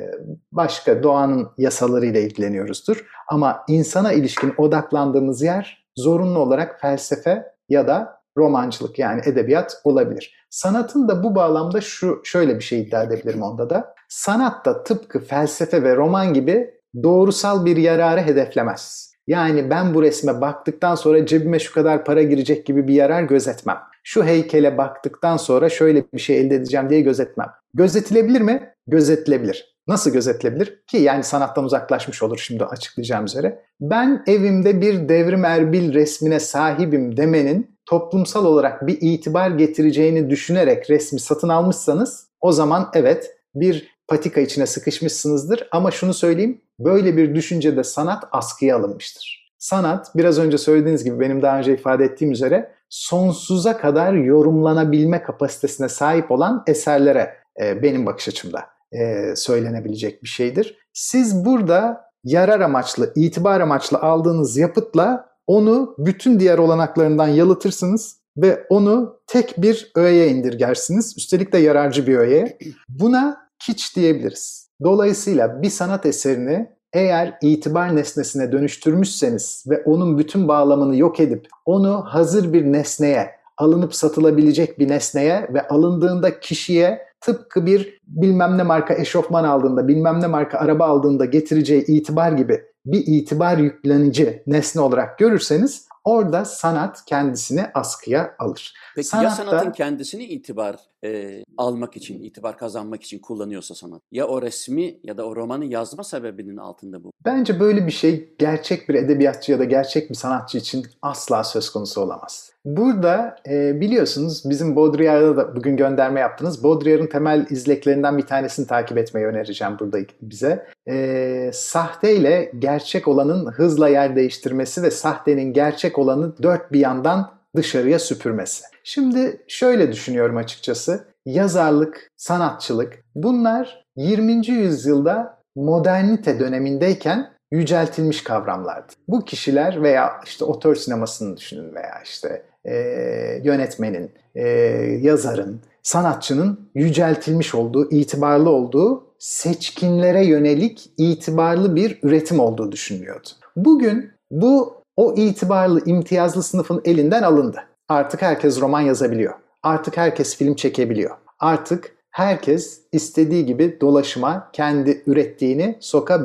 başka doğanın yasalarıyla ilgileniyoruzdur. Ama insana ilişkin odaklandığımız yer zorunlu olarak felsefe ya da romancılık, yani edebiyat olabilir. Sanatın da bu bağlamda şu şöyle bir şey iddia edebilirim onda da. Sanat da tıpkı felsefe ve roman gibi doğrusal bir yararı hedeflemez. Yani ben bu resme baktıktan sonra cebime şu kadar para girecek gibi bir yarar gözetmem. Şu heykele baktıktan sonra şöyle bir şey elde edeceğim diye gözetmem. Gözetilebilir mi? Gözetilebilir. Nasıl gözetilebilir? Ki yani sanattan uzaklaşmış olur şimdi açıklayacağım üzere. Ben evimde bir Devrim Erbil resmine sahibim demenin toplumsal olarak bir itibar getireceğini düşünerek resmi satın almışsanız o zaman evet bir patika içine sıkışmışsınızdır. Ama şunu söyleyeyim, böyle bir düşüncede sanat askıya alınmıştır. Sanat, biraz önce söylediğiniz gibi, benim daha önce ifade ettiğim üzere sonsuza kadar yorumlanabilme kapasitesine sahip olan eserlere e, benim bakış açımda e, söylenebilecek bir şeydir. Siz burada yarar amaçlı, itibar amaçlı aldığınız yapıtla onu bütün diğer olanaklarından yalıtırsınız ve onu tek bir öğeye indirgersiniz. Üstelik de yararcı bir öğeye. Buna kiç diyebiliriz. Dolayısıyla bir sanat eserini eğer itibar nesnesine dönüştürmüşseniz ve onun bütün bağlamını yok edip onu hazır bir nesneye, alınıp satılabilecek bir nesneye ve alındığında kişiye tıpkı bir bilmem ne marka eşofman aldığında, bilmem ne marka araba aldığında getireceği itibar gibi bir itibar yüklenici nesne olarak görürseniz orada sanat kendisini askıya alır. Peki Sanatta, ya sanatın kendisini itibar e, almak için, itibar kazanmak için kullanıyorsa sanat? Ya o resmi ya da o romanı yazma sebebinin altında bu? Bence böyle bir şey gerçek bir edebiyatçı ya da gerçek bir sanatçı için asla söz konusu olamaz. Burada e, biliyorsunuz bizim Baudrillard'a da bugün gönderme yaptınız. Baudrillard'ın temel izleklerinden bir tanesini takip etmeyi önereceğim burada bize. E, sahte ile gerçek olanın hızla yer değiştirmesi ve sahtenin gerçek olanı dört bir yandan dışarıya süpürmesi. Şimdi şöyle düşünüyorum açıkçası. Yazarlık, sanatçılık, bunlar yirminci yüzyılda modernite dönemindeyken yüceltilmiş kavramlardı. Bu kişiler veya işte otör sinemasını düşünün veya işte e, yönetmenin, e, yazarın, sanatçının yüceltilmiş olduğu, itibarlı olduğu, seçkinlere yönelik itibarlı bir üretim olduğu düşünülüyordu. Bugün bu o itibarlı, imtiyazlı sınıfın elinden alındı. Artık herkes roman yazabiliyor. Artık herkes film çekebiliyor. Artık herkes istediği gibi dolaşıma kendi ürettiğini sokabiliyor.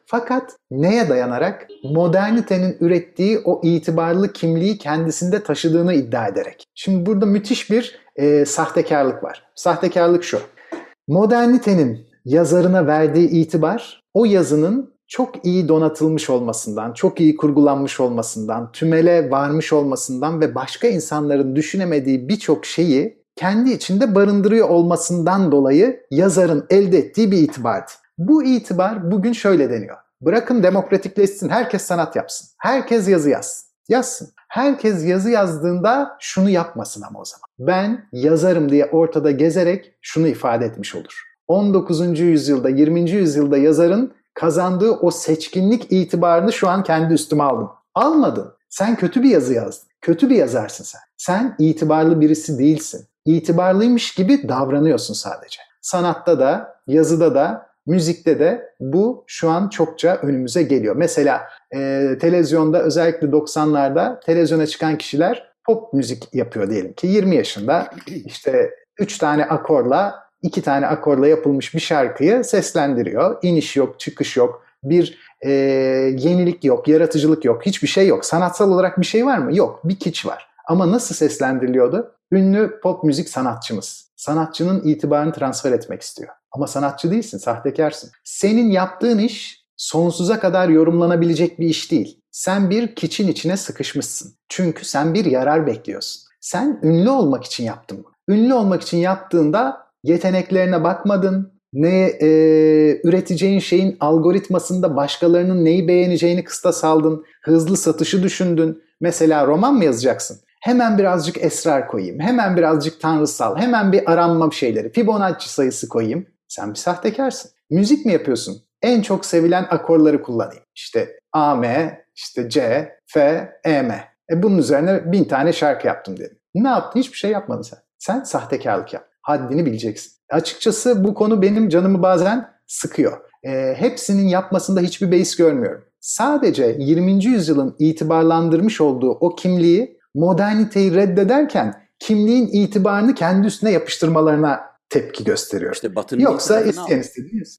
Fakat neye dayanarak? Modernitenin ürettiği o itibarlı kimliği kendisinde taşıdığını iddia ederek. Şimdi burada müthiş bir e, sahtekarlık var. Sahtekarlık şu. Modernitenin yazarına verdiği itibar, o yazının çok iyi donatılmış olmasından, çok iyi kurgulanmış olmasından, tümele varmış olmasından ve başka insanların düşünemediği birçok şeyi kendi içinde barındırıyor olmasından dolayı yazarın elde ettiği bir itibardı. Bu itibar bugün şöyle deniyor. Bırakın demokratikleşsin, herkes sanat yapsın. Herkes yazı yazsın. Yazsın. Herkes yazı yazdığında şunu yapmasın ama o zaman. Ben yazarım diye ortada gezerek şunu ifade etmiş olur. on dokuzuncu yüzyılda, yirminci yüzyılda yazarın kazandığı o seçkinlik itibarını şu an kendi üstüme aldım. Almadın. Sen kötü bir yazı yazdın. Kötü bir yazarsın sen. Sen itibarlı birisi değilsin. İtibarlıymış gibi davranıyorsun sadece. Sanatta da, yazıda da, müzikte de bu şu an çokça önümüze geliyor. Mesela e, televizyonda özellikle doksanlarda televizyona çıkan kişiler pop müzik yapıyor diyelim ki yirmi yaşında işte üç tane akorla, iki tane akorla yapılmış bir şarkıyı seslendiriyor. İniş yok, çıkış yok, bir e, yenilik yok, yaratıcılık yok, hiçbir şey yok. Sanatsal olarak bir şey var mı? Yok, bir kiç var. Ama nasıl seslendiriliyordu? Ünlü pop müzik sanatçımız. Sanatçının itibarını transfer etmek istiyor. Ama sanatçı değilsin, sahtekarsın. Senin yaptığın iş sonsuza kadar yorumlanabilecek bir iş değil. Sen bir kiçin içine sıkışmışsın. Çünkü sen bir yarar bekliyorsun. Sen ünlü olmak için yaptın bunu. Ünlü olmak için yaptığında yeteneklerine bakmadın. Ne e, üreteceğin şeyin algoritmasında başkalarının neyi beğeneceğini kıstas aldın. Hızlı satışı düşündün. Mesela roman mı yazacaksın? Hemen birazcık esrar koyayım. Hemen birazcık tanrısal. Hemen bir aranma şeyleri. Fibonacci sayısı koyayım. Sen bir sahtekarsın. Müzik mi yapıyorsun? En çok sevilen akorları kullanayım. İşte A, M, işte C, F, E, M. E bunun üzerine bin tane şarkı yaptım dedim. Ne yaptın? Hiçbir şey yapmadın sen. Sen sahtekarlık yap. Haddini bileceksin. Açıkçası bu konu benim canımı bazen sıkıyor. E, hepsinin yapmasında hiçbir beis görmüyorum. Sadece yirminci yüzyılın itibarlandırmış olduğu o kimliği moderniteyi reddederken kimliğin itibarını kendi üstüne yapıştırmalarına tepki gösteriyor. İşte Batı'nın Yoksa isteyen istediğiniz.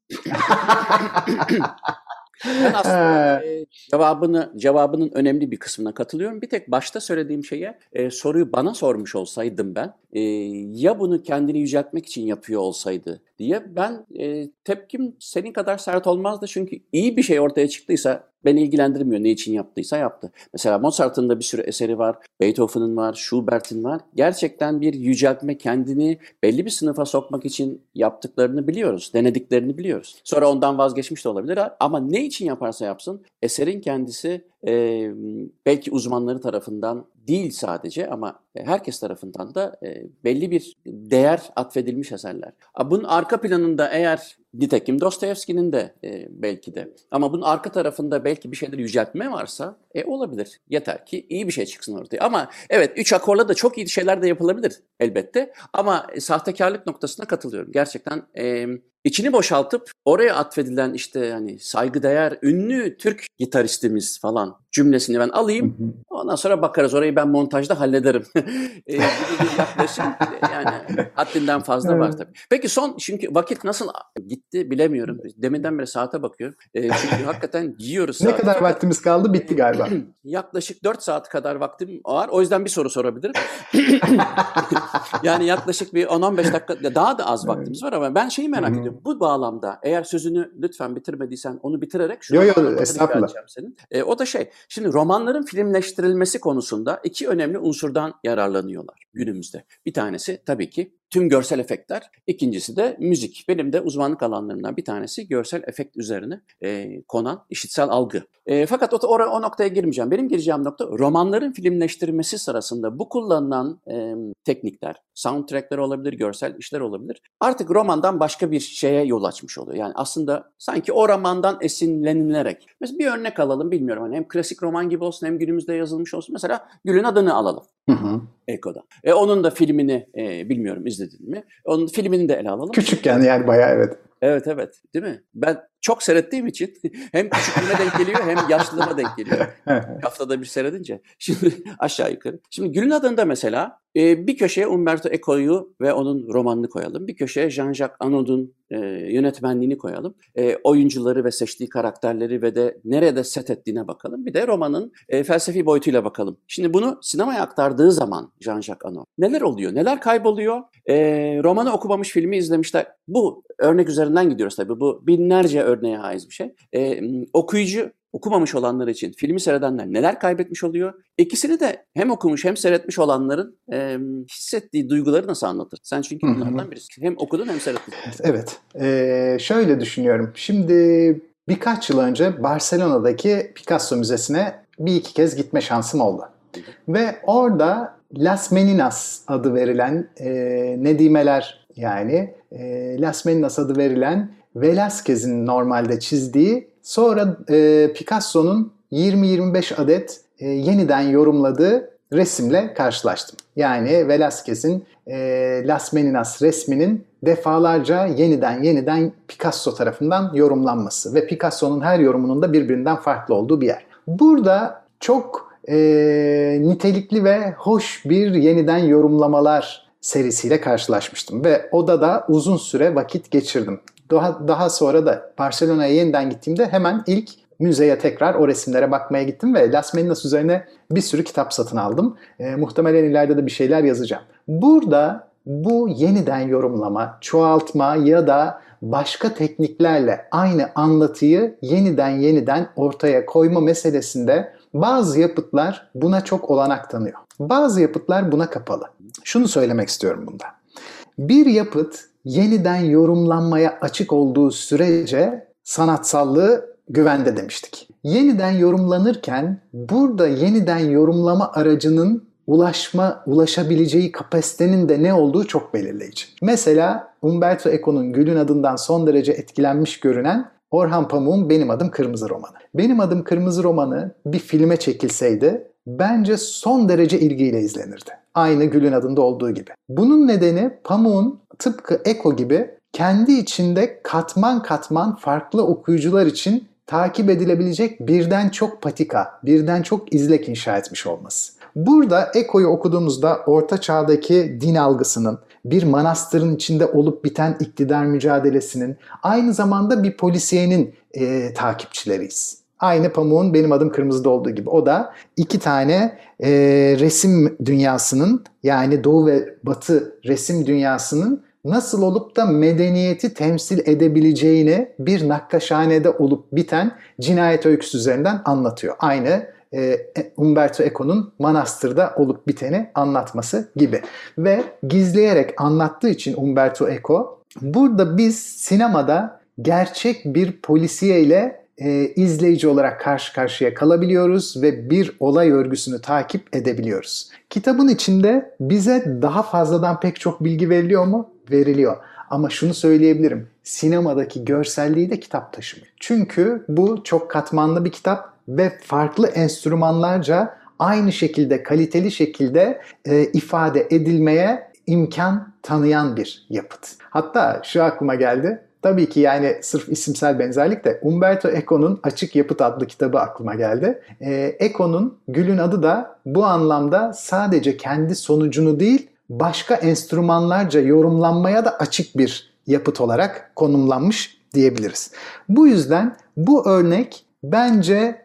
Ben aslında e, cevabını cevabının önemli bir kısmına katılıyorum. Bir tek başta söylediğim şeye e, soruyu bana sormuş olsaydım ben e, ya bunu kendini yüceltmek için yapıyor olsaydı diye ben e, tepkim senin kadar sert olmazdı. Çünkü iyi bir şey ortaya çıktıysa beni ilgilendirmiyor. Ne için yaptıysa yaptı. Mesela Mozart'ın da bir sürü eseri var. Beethoven'ın var, Schubert'in var. Gerçekten bir yüceltme, kendini belli bir sınıfa sokmak için yaptıklarını biliyoruz. Denediklerini biliyoruz. Sonra ondan vazgeçmiş de olabilir. Ama ne için yaparsa yapsın eserin kendisi e, belki uzmanları tarafından değil sadece ama herkes tarafından da e, belli bir değer atfedilmiş eserler. Bunun arka planında eğer nitekim Dostoyevski'nin de e, belki de ama bunun arka tarafında belki bir şeyler yüceltme varsa e, olabilir. Yeter ki iyi bir şey çıksın ortaya. Ama evet üç akorla da çok iyi şeyler de yapılabilir elbette. Ama e, sahtekarlık noktasına katılıyorum. Gerçekten e, içini boşaltıp oraya atfedilen işte hani saygıdeğer ünlü Türk gitaristimiz falan cümlesini ben alayım. Hı hı. Ondan sonra bakarız orayı ben montajda hallederim. e, gibi bir yaklaşım yani haddinden fazla var tabii. Peki son çünkü vakit nasıl gitti bilemiyorum. Deminden beri saate bakıyorum. E, çünkü hakikaten yiyoruz saati. Ne kadar vaktimiz kaldı? Bitti galiba. Yaklaşık dört saat kadar vaktim var. O yüzden bir soru sorabilirim. Yani yaklaşık bir on on beş dakika daha da az vaktimiz var ama ben şeyi merak ediyorum. Bu bağlamda eğer sözünü lütfen bitirmediysen onu bitirerek şunu yo, yo, estağfurullah. senin. E, o da şey. Şimdi romanların filmleştirilmesi konusunda iki önemli unsurdan yararlanıyorlar günümüzde. Bir tanesi tabii ki tüm görsel efektler. İkincisi de müzik. Benim de uzmanlık alanlarımdan bir tanesi görsel efekt üzerine e, konan işitsel algı. E, fakat o, o, o noktaya girmeyeceğim. Benim gireceğim nokta romanların filmleştirilmesi sırasında bu kullanılan e, teknikler, soundtrackler olabilir, görsel işler olabilir. Artık romandan başka bir şeye yol açmış oluyor. Yani aslında sanki o romandan esinlenilerek. Mesela bir örnek alalım bilmiyorum. Hani hem klasik roman gibi olsun hem günümüzde yazılmış olsun. Mesela Gül'ün adını alalım. Hı hı. Eko'da. E, onun da filmini e, bilmiyorum izledin mi? Onun filmini de ele alalım. Küçükken yani bayağı evet. Evet evet değil mi? Ben çok seyrettiğim için hem küçüklüğüme denk geliyor hem yaşlılığıma denk geliyor. Haftada bir seyredince. Şimdi aşağı yukarı. Şimdi Gül'ün Adı'nda mesela e, bir köşeye Umberto Eco'yu ve onun romanını koyalım. Bir köşeye Jean-Jacques Annaud'un e, yönetmenliğini koyalım. E, oyuncuları ve seçtiği karakterleri ve de nerede set ettiğine bakalım. Bir de romanın e, felsefi boyutuyla bakalım. Şimdi bunu sinemaya aktardığı zaman Jean-Jacques Annaud neler oluyor? Neler kayboluyor? E, romanı okumamış, filmi izlemişler. Bu örnek üzerinden gidiyoruz tabii. Bu binlerce örneğe haiz bir şey. E, okuyucu okumamış olanlar için filmi seyredenler neler kaybetmiş oluyor? İkisini de hem okumuş hem seyretmiş olanların e, hissettiği duyguları nasıl anlatır? Sen çünkü bunlardan birisin. Hem okudun hem seyrettin. Evet. Ee, şöyle düşünüyorum. Şimdi birkaç yıl önce Barcelona'daki Picasso Müzesi'ne bir iki kez gitme şansım oldu. Ve orada Las Meninas adı verilen e, Nedimeler yani e, Las Meninas adı verilen Velázquez'in normalde çizdiği, sonra e, Picasso'nun yirmi yirmi beş adet e, yeniden yorumladığı resimle karşılaştım. Yani Velázquez'in e, Las Meninas resminin defalarca yeniden yeniden Picasso tarafından yorumlanması ve Picasso'nun her yorumunun da birbirinden farklı olduğu bir yer. Burada çok e, nitelikli ve hoş bir yeniden yorumlamalar serisiyle karşılaşmıştım ve odada uzun süre vakit geçirdim. Daha, daha sonra da Barcelona'ya yeniden gittiğimde hemen ilk müzeye tekrar o resimlere bakmaya gittim ve Las Meninas üzerine bir sürü kitap satın aldım. E, muhtemelen ileride de bir şeyler yazacağım. Burada bu yeniden yorumlama, çoğaltma ya da başka tekniklerle aynı anlatıyı yeniden yeniden ortaya koyma meselesinde bazı yapıtlar buna çok olanak tanıyor. Bazı yapıtlar buna kapalı. Şunu söylemek istiyorum bunda. Bir yapıt yeniden yorumlanmaya açık olduğu sürece sanatsallığı güvende demiştik. Yeniden yorumlanırken burada yeniden yorumlama aracının ulaşma, ulaşabileceği kapasitenin de ne olduğu çok belirleyici. Mesela Umberto Eco'nun Gül'ün Adından son derece etkilenmiş görünen Orhan Pamuk'un Benim Adım Kırmızı romanı. Benim Adım Kırmızı romanı bir filme çekilseydi bence son derece ilgiyle izlenirdi. Aynı Gül'ün Adında olduğu gibi. Bunun nedeni Pamuk'un tıpkı Eco gibi kendi içinde katman katman farklı okuyucular için takip edilebilecek birden çok patika, birden çok izlek inşa etmiş olması. Burada Eco'yu okuduğumuzda Orta Çağ'daki din algısının, bir manastırın içinde olup biten iktidar mücadelesinin, aynı zamanda bir polisiyenin e, takipçileriyiz. Aynı Pamuk'un Benim Adım Kırmızı'da olduğu gibi. O da iki tane e, resim dünyasının, yani Doğu ve Batı resim dünyasının nasıl olup da medeniyeti temsil edebileceğini bir nakkaşhanede olup biten cinayet öyküsü üzerinden anlatıyor. Aynı e, Umberto Eco'nun manastırda olup biteni anlatması gibi. Ve gizleyerek anlattığı için Umberto Eco, burada biz sinemada gerçek bir polisiye ile e, izleyici olarak karşı karşıya kalabiliyoruz ve bir olay örgüsünü takip edebiliyoruz. Kitabın içinde bize daha fazladan pek çok bilgi veriliyor mu? Veriliyor. Ama şunu söyleyebilirim. Sinemadaki görselliği de kitap taşımıyor. Çünkü bu çok katmanlı bir kitap ve farklı enstrümanlarca aynı şekilde, kaliteli şekilde e, ifade edilmeye imkan tanıyan bir yapıt. Hatta şu aklıma geldi. Tabii ki yani sırf isimsel benzerlik de Umberto Eco'nun Açık Yapıt adlı kitabı aklıma geldi. Ee, Eco'nun Gül'ün Adı da bu anlamda sadece kendi sonucunu değil, başka enstrümanlarca yorumlanmaya da açık bir yapıt olarak konumlanmış diyebiliriz. Bu yüzden bu örnek bence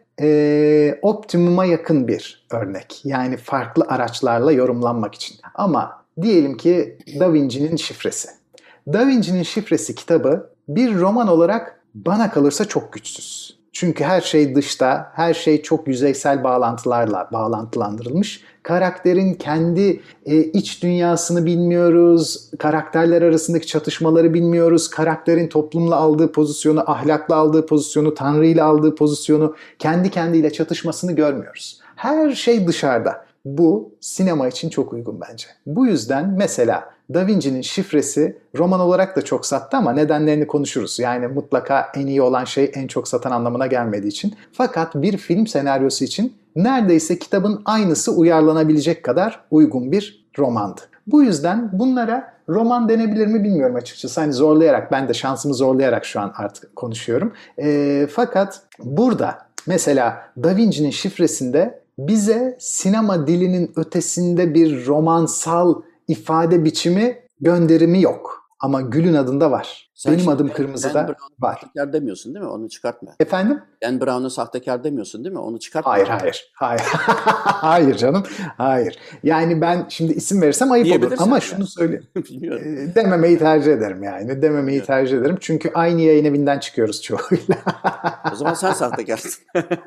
e, optimuma yakın bir örnek. Yani farklı araçlarla yorumlanmak için. Ama diyelim ki Da Vinci'nin Şifresi. Da Vinci'nin Şifresi kitabı bir roman olarak bana kalırsa çok güçsüz. Çünkü her şey dışta, her şey çok yüzeysel bağlantılarla bağlantılandırılmış. Karakterin kendi e, iç dünyasını bilmiyoruz, karakterler arasındaki çatışmaları bilmiyoruz, karakterin toplumla aldığı pozisyonu, ahlakla aldığı pozisyonu, Tanrı ile aldığı pozisyonu, kendi kendiyle çatışmasını görmüyoruz. Her şey dışarıda. Bu sinema için çok uygun bence. Bu yüzden mesela Da Vinci'nin Şifresi roman olarak da çok sattı ama nedenlerini konuşuruz. Yani mutlaka en iyi olan şey en çok satan anlamına gelmediği için. Fakat bir film senaryosu için neredeyse kitabın aynısı uyarlanabilecek kadar uygun bir romandı. Bu yüzden bunlara roman denebilir mi bilmiyorum açıkçası. Hani zorlayarak, ben de şansımı zorlayarak şu an artık konuşuyorum. E, fakat burada mesela Da Vinci'nin Şifresi'nde bize sinema dilinin ötesinde bir romansal ifade biçimi gönderimi yok. Ama Gül'ün adında var. Sen Benim adım Dan, Kırmızı'da Dan Brown'a var. sahtekar demiyorsun değil mi? Onu çıkartma. Efendim? Dan Brown'a sahtekar demiyorsun değil mi? Onu çıkartma. Hayır, hayır. Hayır. Hayır canım. Hayır. Yani ben şimdi isim verirsem ayıp olur. Ama şunu söyleyeyim. Bilmiyorum. Dememeyi tercih ederim yani. Dememeyi Bilmiyorum. tercih ederim. Çünkü aynı yayın evinden çıkıyoruz çoğuyla. O zaman sen sahtekarsın.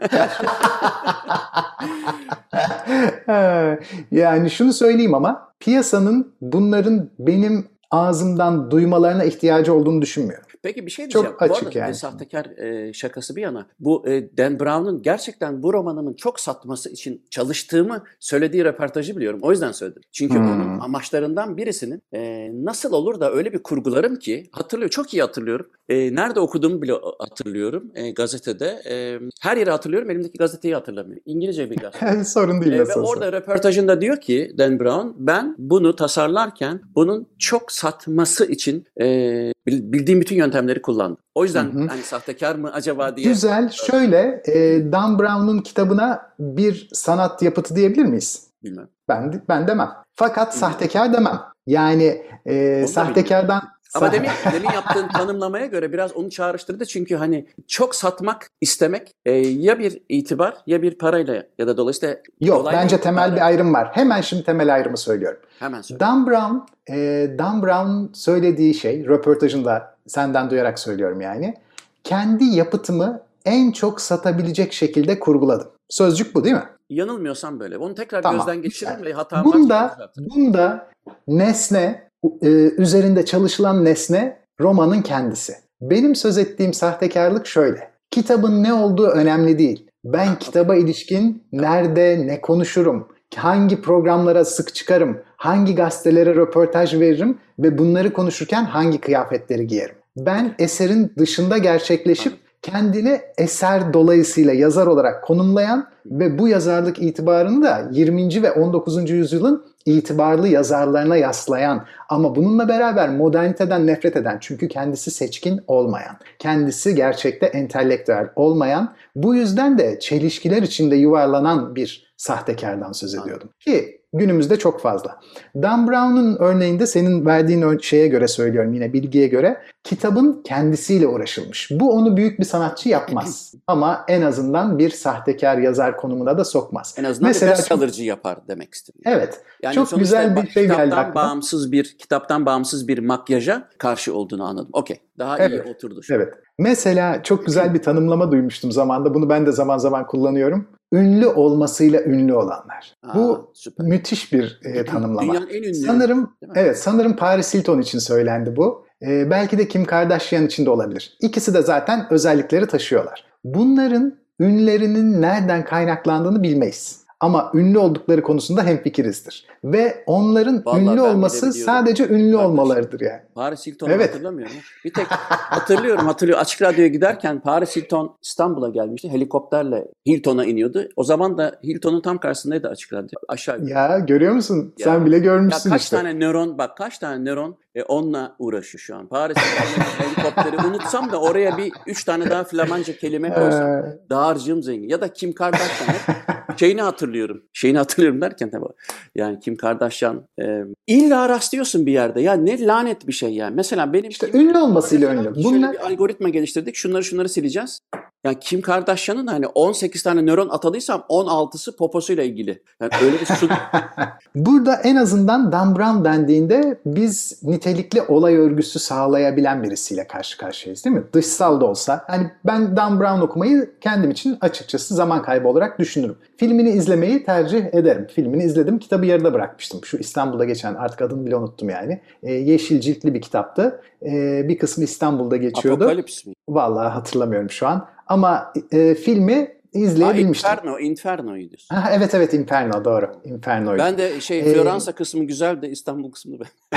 Yani şunu söyleyeyim ama piyasanın bunların benim ağzımdan duymalarına ihtiyacı olduğunu düşünmüyorum. Peki bir şey diyeceğim. Çok açık bu arada yani. Sahtekar e, şakası bir yana. Bu e, Dan Brown'un gerçekten bu romanımın çok satması için çalıştığımı söylediği röportajı biliyorum. O yüzden söyledim. Çünkü hmm. onun amaçlarından birisinin e, nasıl olur da öyle bir kurgularım ki hatırlıyorum. Çok iyi hatırlıyorum. E, nerede okuduğumu bile hatırlıyorum. E, gazetede. E, her yeri hatırlıyorum. Elimdeki gazeteyi hatırlamıyorum. İngilizce bir gazete. Sorun değil. E, ve orada röportajında diyor ki Dan Brown, ben bunu tasarlarken bunun çok satması için e, bildiğim bütün yöntemleri kullandım. O yüzden hı hı. hani sahtekar mı acaba diye. Güzel. Şöyle e, Dan Brown'un kitabına bir sanat yapıtı diyebilir miyiz? Bilmem. Ben ben demem. Fakat Bilmem. sahtekar demem. Yani e, sahtekardan... Ama demin, demin yaptığın tanımlamaya göre biraz onu çağrıştırdı. Çünkü hani çok satmak istemek e, ya bir itibar ya bir parayla ya da dolayısıyla... Yok, bence temel bir ayrım var. Hemen şimdi temel ayrımı söylüyorum. Hemen söyle. Dan Brown, e, Dan Brown söylediği şey, röportajında senden duyarak söylüyorum yani. Kendi yapıtımı en çok satabilecek şekilde kurguladım. Sözcük bu değil mi? Yanılmıyorsam böyle. Onu tekrar tamam. gözden geçiririm yani, ve hatam bunda, bunda nesne, e, üzerinde çalışılan nesne romanın kendisi. Benim söz ettiğim sahtekarlık şöyle. Kitabın ne olduğu önemli değil. Ben ha, kitaba okay. ilişkin nerede ne konuşurum, hangi programlara sık çıkarım, hangi gazetelere röportaj veririm ve bunları konuşurken hangi kıyafetleri giyerim. Ben eserin dışında gerçekleşip kendini eser dolayısıyla yazar olarak konumlayan ve bu yazarlık itibarını da yirminci ve on dokuzuncu yüzyılın itibarlı yazarlarına yaslayan ama bununla beraber moderniteden nefret eden, çünkü kendisi seçkin olmayan, kendisi gerçekte entelektüel olmayan, bu yüzden de çelişkiler içinde yuvarlanan bir sahtekardan söz ediyordum. Ki günümüzde çok fazla. Dan Brown'un örneğinde senin verdiğin şeye göre söylüyorum, yine bilgiye göre kitabın kendisiyle uğraşılmış. Bu onu büyük bir sanatçı yapmaz. Ama en azından bir sahtekar yazar konumuna da sokmaz. En azından mesela bir bestsellerci yapar demek istedim. Evet. Yani çok güzel bir şey geldi aklıma. Kitaptan bağımsız bir kitaptan bağımsız bir makyaja karşı olduğunu anladım. Okey. Daha evet. iyi oturdu şu. Evet. Mesela çok güzel bir tanımlama duymuştum zamanında. Bunu ben de zaman zaman kullanıyorum. Ünlü olmasıyla ünlü olanlar. Aa, bu süper. Müthiş bir e, tanımlama. Dünyanın en ünlü. Sanırım evet, sanırım Paris Hilton için söylendi bu. E, belki de Kim Kardashian için de olabilir. İkisi de zaten özellikleri taşıyorlar. Bunların ünlerinin nereden kaynaklandığını bilmeyiz. Ama ünlü oldukları konusunda hemfikirizdir. Ve onların Vallahi ünlü olması sadece ünlü Kardeşim. olmalarıdır yani. Paris Hilton'u evet. hatırlamıyorum. Bir tek hatırlıyorum, hatırlıyorum. Açık Radyo'ya giderken Paris Hilton İstanbul'a gelmişti. Helikopterle Hilton'a iniyordu. O zaman da Hilton'un tam karşısındaydı Açık Radyo. Aşağı yukarı. Ya görüyor musun? Ya, Sen bile görmüşsün ya kaç işte. Kaç tane nöron, bak kaç tane nöron e, onunla uğraşıyor şu an. Paris Hilton'un helikopteri unutsam da oraya bir üç tane daha Flamanca kelime koysam dağarcığım zengin. Ya da Kim Kardashian şeyini hatırlıyorum. Şeyini hatırlıyorum derken tabii. Yani Kim Kardashian e, illa rastlıyorsun bir yerde. Ya ne lanet bir şey yani. Mesela benim işte Kim, ünlü olmasıyla ünlü. Şöyle Bunlar... bir algoritma geliştirdik. Şunları şunları sileceğiz. Yani Kim Kardashian'ın hani on sekiz tane nöron atadıysam on altısı poposuyla ilgili. Yani öyle bir su... Burada en azından Dan Brown dendiğinde biz nitelikli olay örgüsü sağlayabilen birisiyle karşı karşıyayız değil mi? Dışsal da olsa. Hani ben Dan Brown okumayı kendim için açıkçası zaman kaybı olarak düşünürüm. Filmini izlemeyi tercih ederim. Filmini izledim. Kitabı yarıda bırakmıştım. Şu İstanbul'da geçen, artık adını bile unuttum yani. E, yeşil ciltli bir kitaptı. E, bir kısmı İstanbul'da geçiyordu. Apokalips mi? Vallahi hatırlamıyorum şu an. Ama e, filmi izleyebilmiştim. Ha, Inferno, Inferno'yu diyorsun. Ha, evet evet Inferno, doğru. Inferno'yu. Ben de şey ee, Floransa kısmı güzel de İstanbul kısmı ben.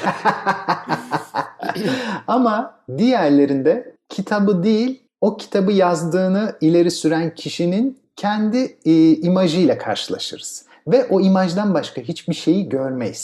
Ama diğerlerinde kitabı değil, o kitabı yazdığını ileri süren kişinin kendi e, imajıyla karşılaşırız. Ve o imajdan başka hiçbir şeyi görmeyiz.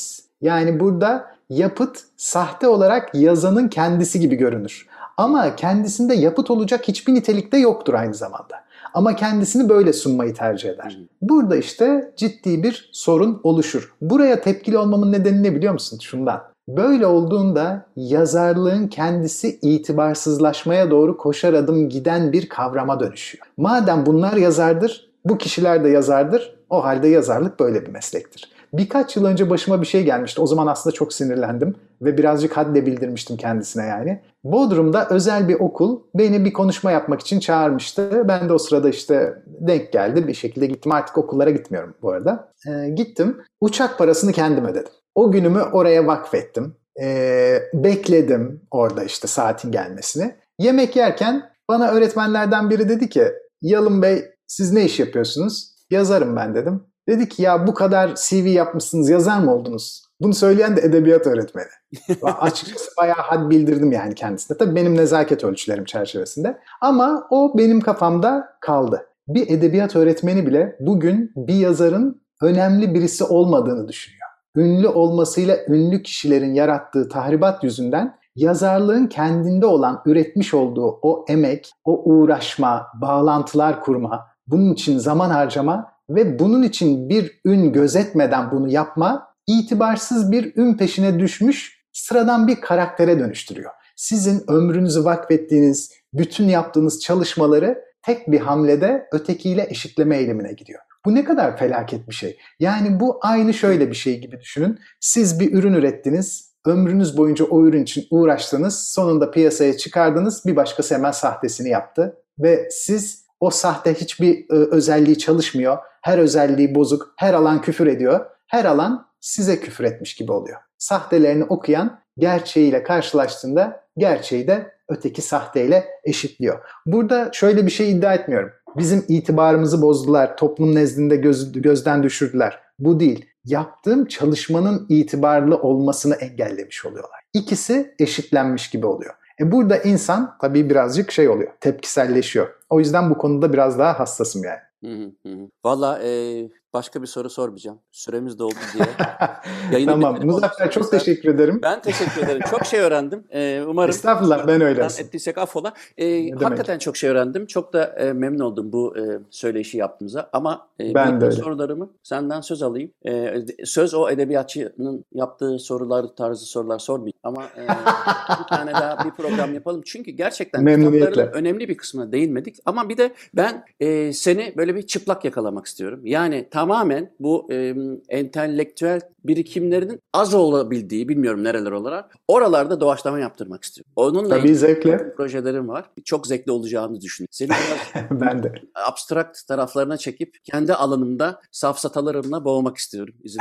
Yani burada yapıt sahte olarak yazanın kendisi gibi görünür. Ama kendisinde yapıt olacak hiçbir nitelikte yoktur aynı zamanda. Ama kendisini böyle sunmayı tercih eder. Burada işte ciddi bir sorun oluşur. Buraya tepkili olmamın nedeni ne biliyor musun? Şundan. Böyle olduğunda yazarlığın kendisi itibarsızlaşmaya doğru koşar adım giden bir kavrama dönüşüyor. Madem bunlar yazardır, bu kişiler de yazardır, o halde yazarlık böyle bir meslektir. Birkaç yıl önce başıma bir şey gelmişti. O zaman aslında çok sinirlendim ve birazcık hadle bildirmiştim kendisine yani. Bodrum'da özel bir okul beni bir konuşma yapmak için çağırmıştı. Ben de o sırada işte denk geldi. Bir şekilde gittim. Artık okullara gitmiyorum bu arada. Ee, gittim. Uçak parasını kendim ödedim. O günümü oraya vakfettim. Ee, bekledim orada işte saatin gelmesini. Yemek yerken bana öğretmenlerden biri dedi ki, Yalın Bey siz ne iş yapıyorsunuz? Yazarım ben dedim. Dedi ki ya bu kadar C V yapmışsınız, yazar mı oldunuz? Bunu söyleyen de edebiyat öğretmeni. Açıkçası bayağı had bildirdim yani kendisine. Tabii benim nezaket ölçülerim çerçevesinde. Ama o benim kafamda kaldı. Bir edebiyat öğretmeni bile bugün bir yazarın önemli birisi olmadığını düşünüyor. Ünlü olmasıyla ünlü kişilerin yarattığı tahribat yüzünden yazarlığın kendinde olan, üretmiş olduğu o emek, o uğraşma, bağlantılar kurma, bunun için zaman harcama ve bunun için bir ün gözetmeden bunu yapma, itibarsız bir ün peşine düşmüş sıradan bir karaktere dönüştürüyor. Sizin ömrünüzü vakfettiğiniz, bütün yaptığınız çalışmaları tek bir hamlede ötekiyle eşitleme eğilimine gidiyor. Bu ne kadar felaket bir şey. Yani bu aynı şöyle bir şey gibi düşünün. Siz bir ürün ürettiniz, ömrünüz boyunca o ürün için uğraştınız, sonunda piyasaya çıkardınız, bir başkası hemen sahtesini yaptı ve siz o sahte hiçbir özelliği çalışmıyor, her özelliği bozuk, her alan küfür ediyor, her alan size küfür etmiş gibi oluyor. Sahtelerini okuyan gerçeğiyle karşılaştığında gerçeği de öteki sahteyle eşitliyor. Burada şöyle bir şey iddia etmiyorum. Bizim itibarımızı bozdular, toplum nezdinde göz, gözden düşürdüler. Bu değil. Yaptığım çalışmanın itibarlı olmasını engellemiş oluyorlar. İkisi eşitlenmiş gibi oluyor. E burada insan tabii birazcık şey oluyor, tepkiselleşiyor. O yüzden bu konuda biraz daha hassasım yani. Hı hı hı. Valla e, başka bir soru sormayacağım. Süremiz doldu diye. Yayını tamam. Muzaffer çok teşekkür ederim. Ben teşekkür ederim. Çok şey öğrendim. Ee, umarım. Estağfurullah ben öyle olsun. Ettiysek affola. Ee, hakikaten çok şey öğrendim. Çok da e, memnun oldum bu e, söyleşi yaptığımıza. Ama e, ben de öyle. sorularımı senden söz alayım. E, söz o edebiyatçının yaptığı sorular tarzı sorular sormayayım. Ama e, bir tane daha bir program yapalım. Çünkü gerçekten kitapların önemli bir kısmına değinmedik. Ama bir de ben e, seni böyle bir çıplak yakalamak istiyorum. Yani tamamen bu e, entelektüel birikimlerinin az olabildiği, bilmiyorum nereler olarak, oralarda doğaçlama yaptırmak istiyorum. Onunla Tabii zevkle. Projelerim var. Çok zevkli olacağını düşünüyorum. Seni biraz ben de. abstrakt taraflarına çekip kendi alanımda safsatalarımla boğmak istiyorum. İzin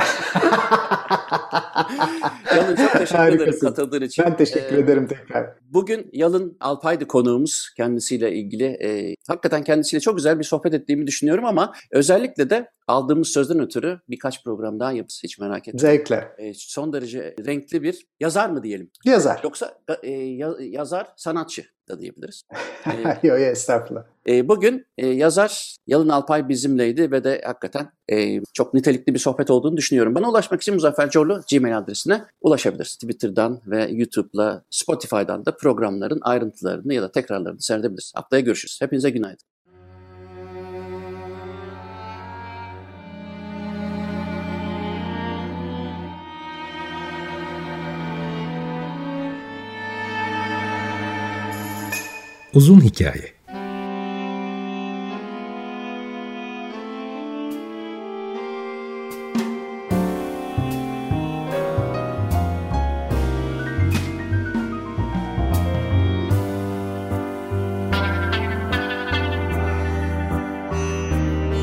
Yalın çok teşekkür Harikasın. ederim katıldığın için. Ben teşekkür ee, ederim tekrar. Bugün Yalın Alpay'dı konuğumuz. Kendisiyle ilgili e, hakikaten kendisiyle çok güzel bir sohbet ettiğimi düşünüyorum ama özellikle de aldığımız sözden ötürü birkaç program daha yaparız. Hiç merak etme. Zevkle. E, son derece renkli bir yazar mı diyelim? Yazar. Yoksa e, yazar, sanatçı da diyebiliriz. Yok yok estağfurullah. E, bugün e, yazar Yalın Alpay bizimleydi ve de hakikaten e, çok nitelikli bir sohbet olduğunu düşünüyorum. Bana ulaşmak için Muzaffer Çorlu Gmail adresine ulaşabiliriz. Twitter'dan ve YouTube'la, Spotify'dan da programların ayrıntılarını ya da tekrarlarını seyredebiliriz. Haftaya görüşürüz. Hepinize günaydın. Uzun hikaye.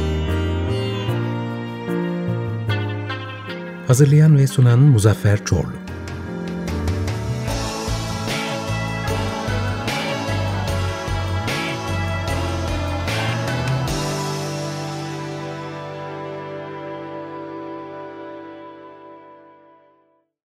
Hazırlayan ve sunan Muzaffer Çorlu.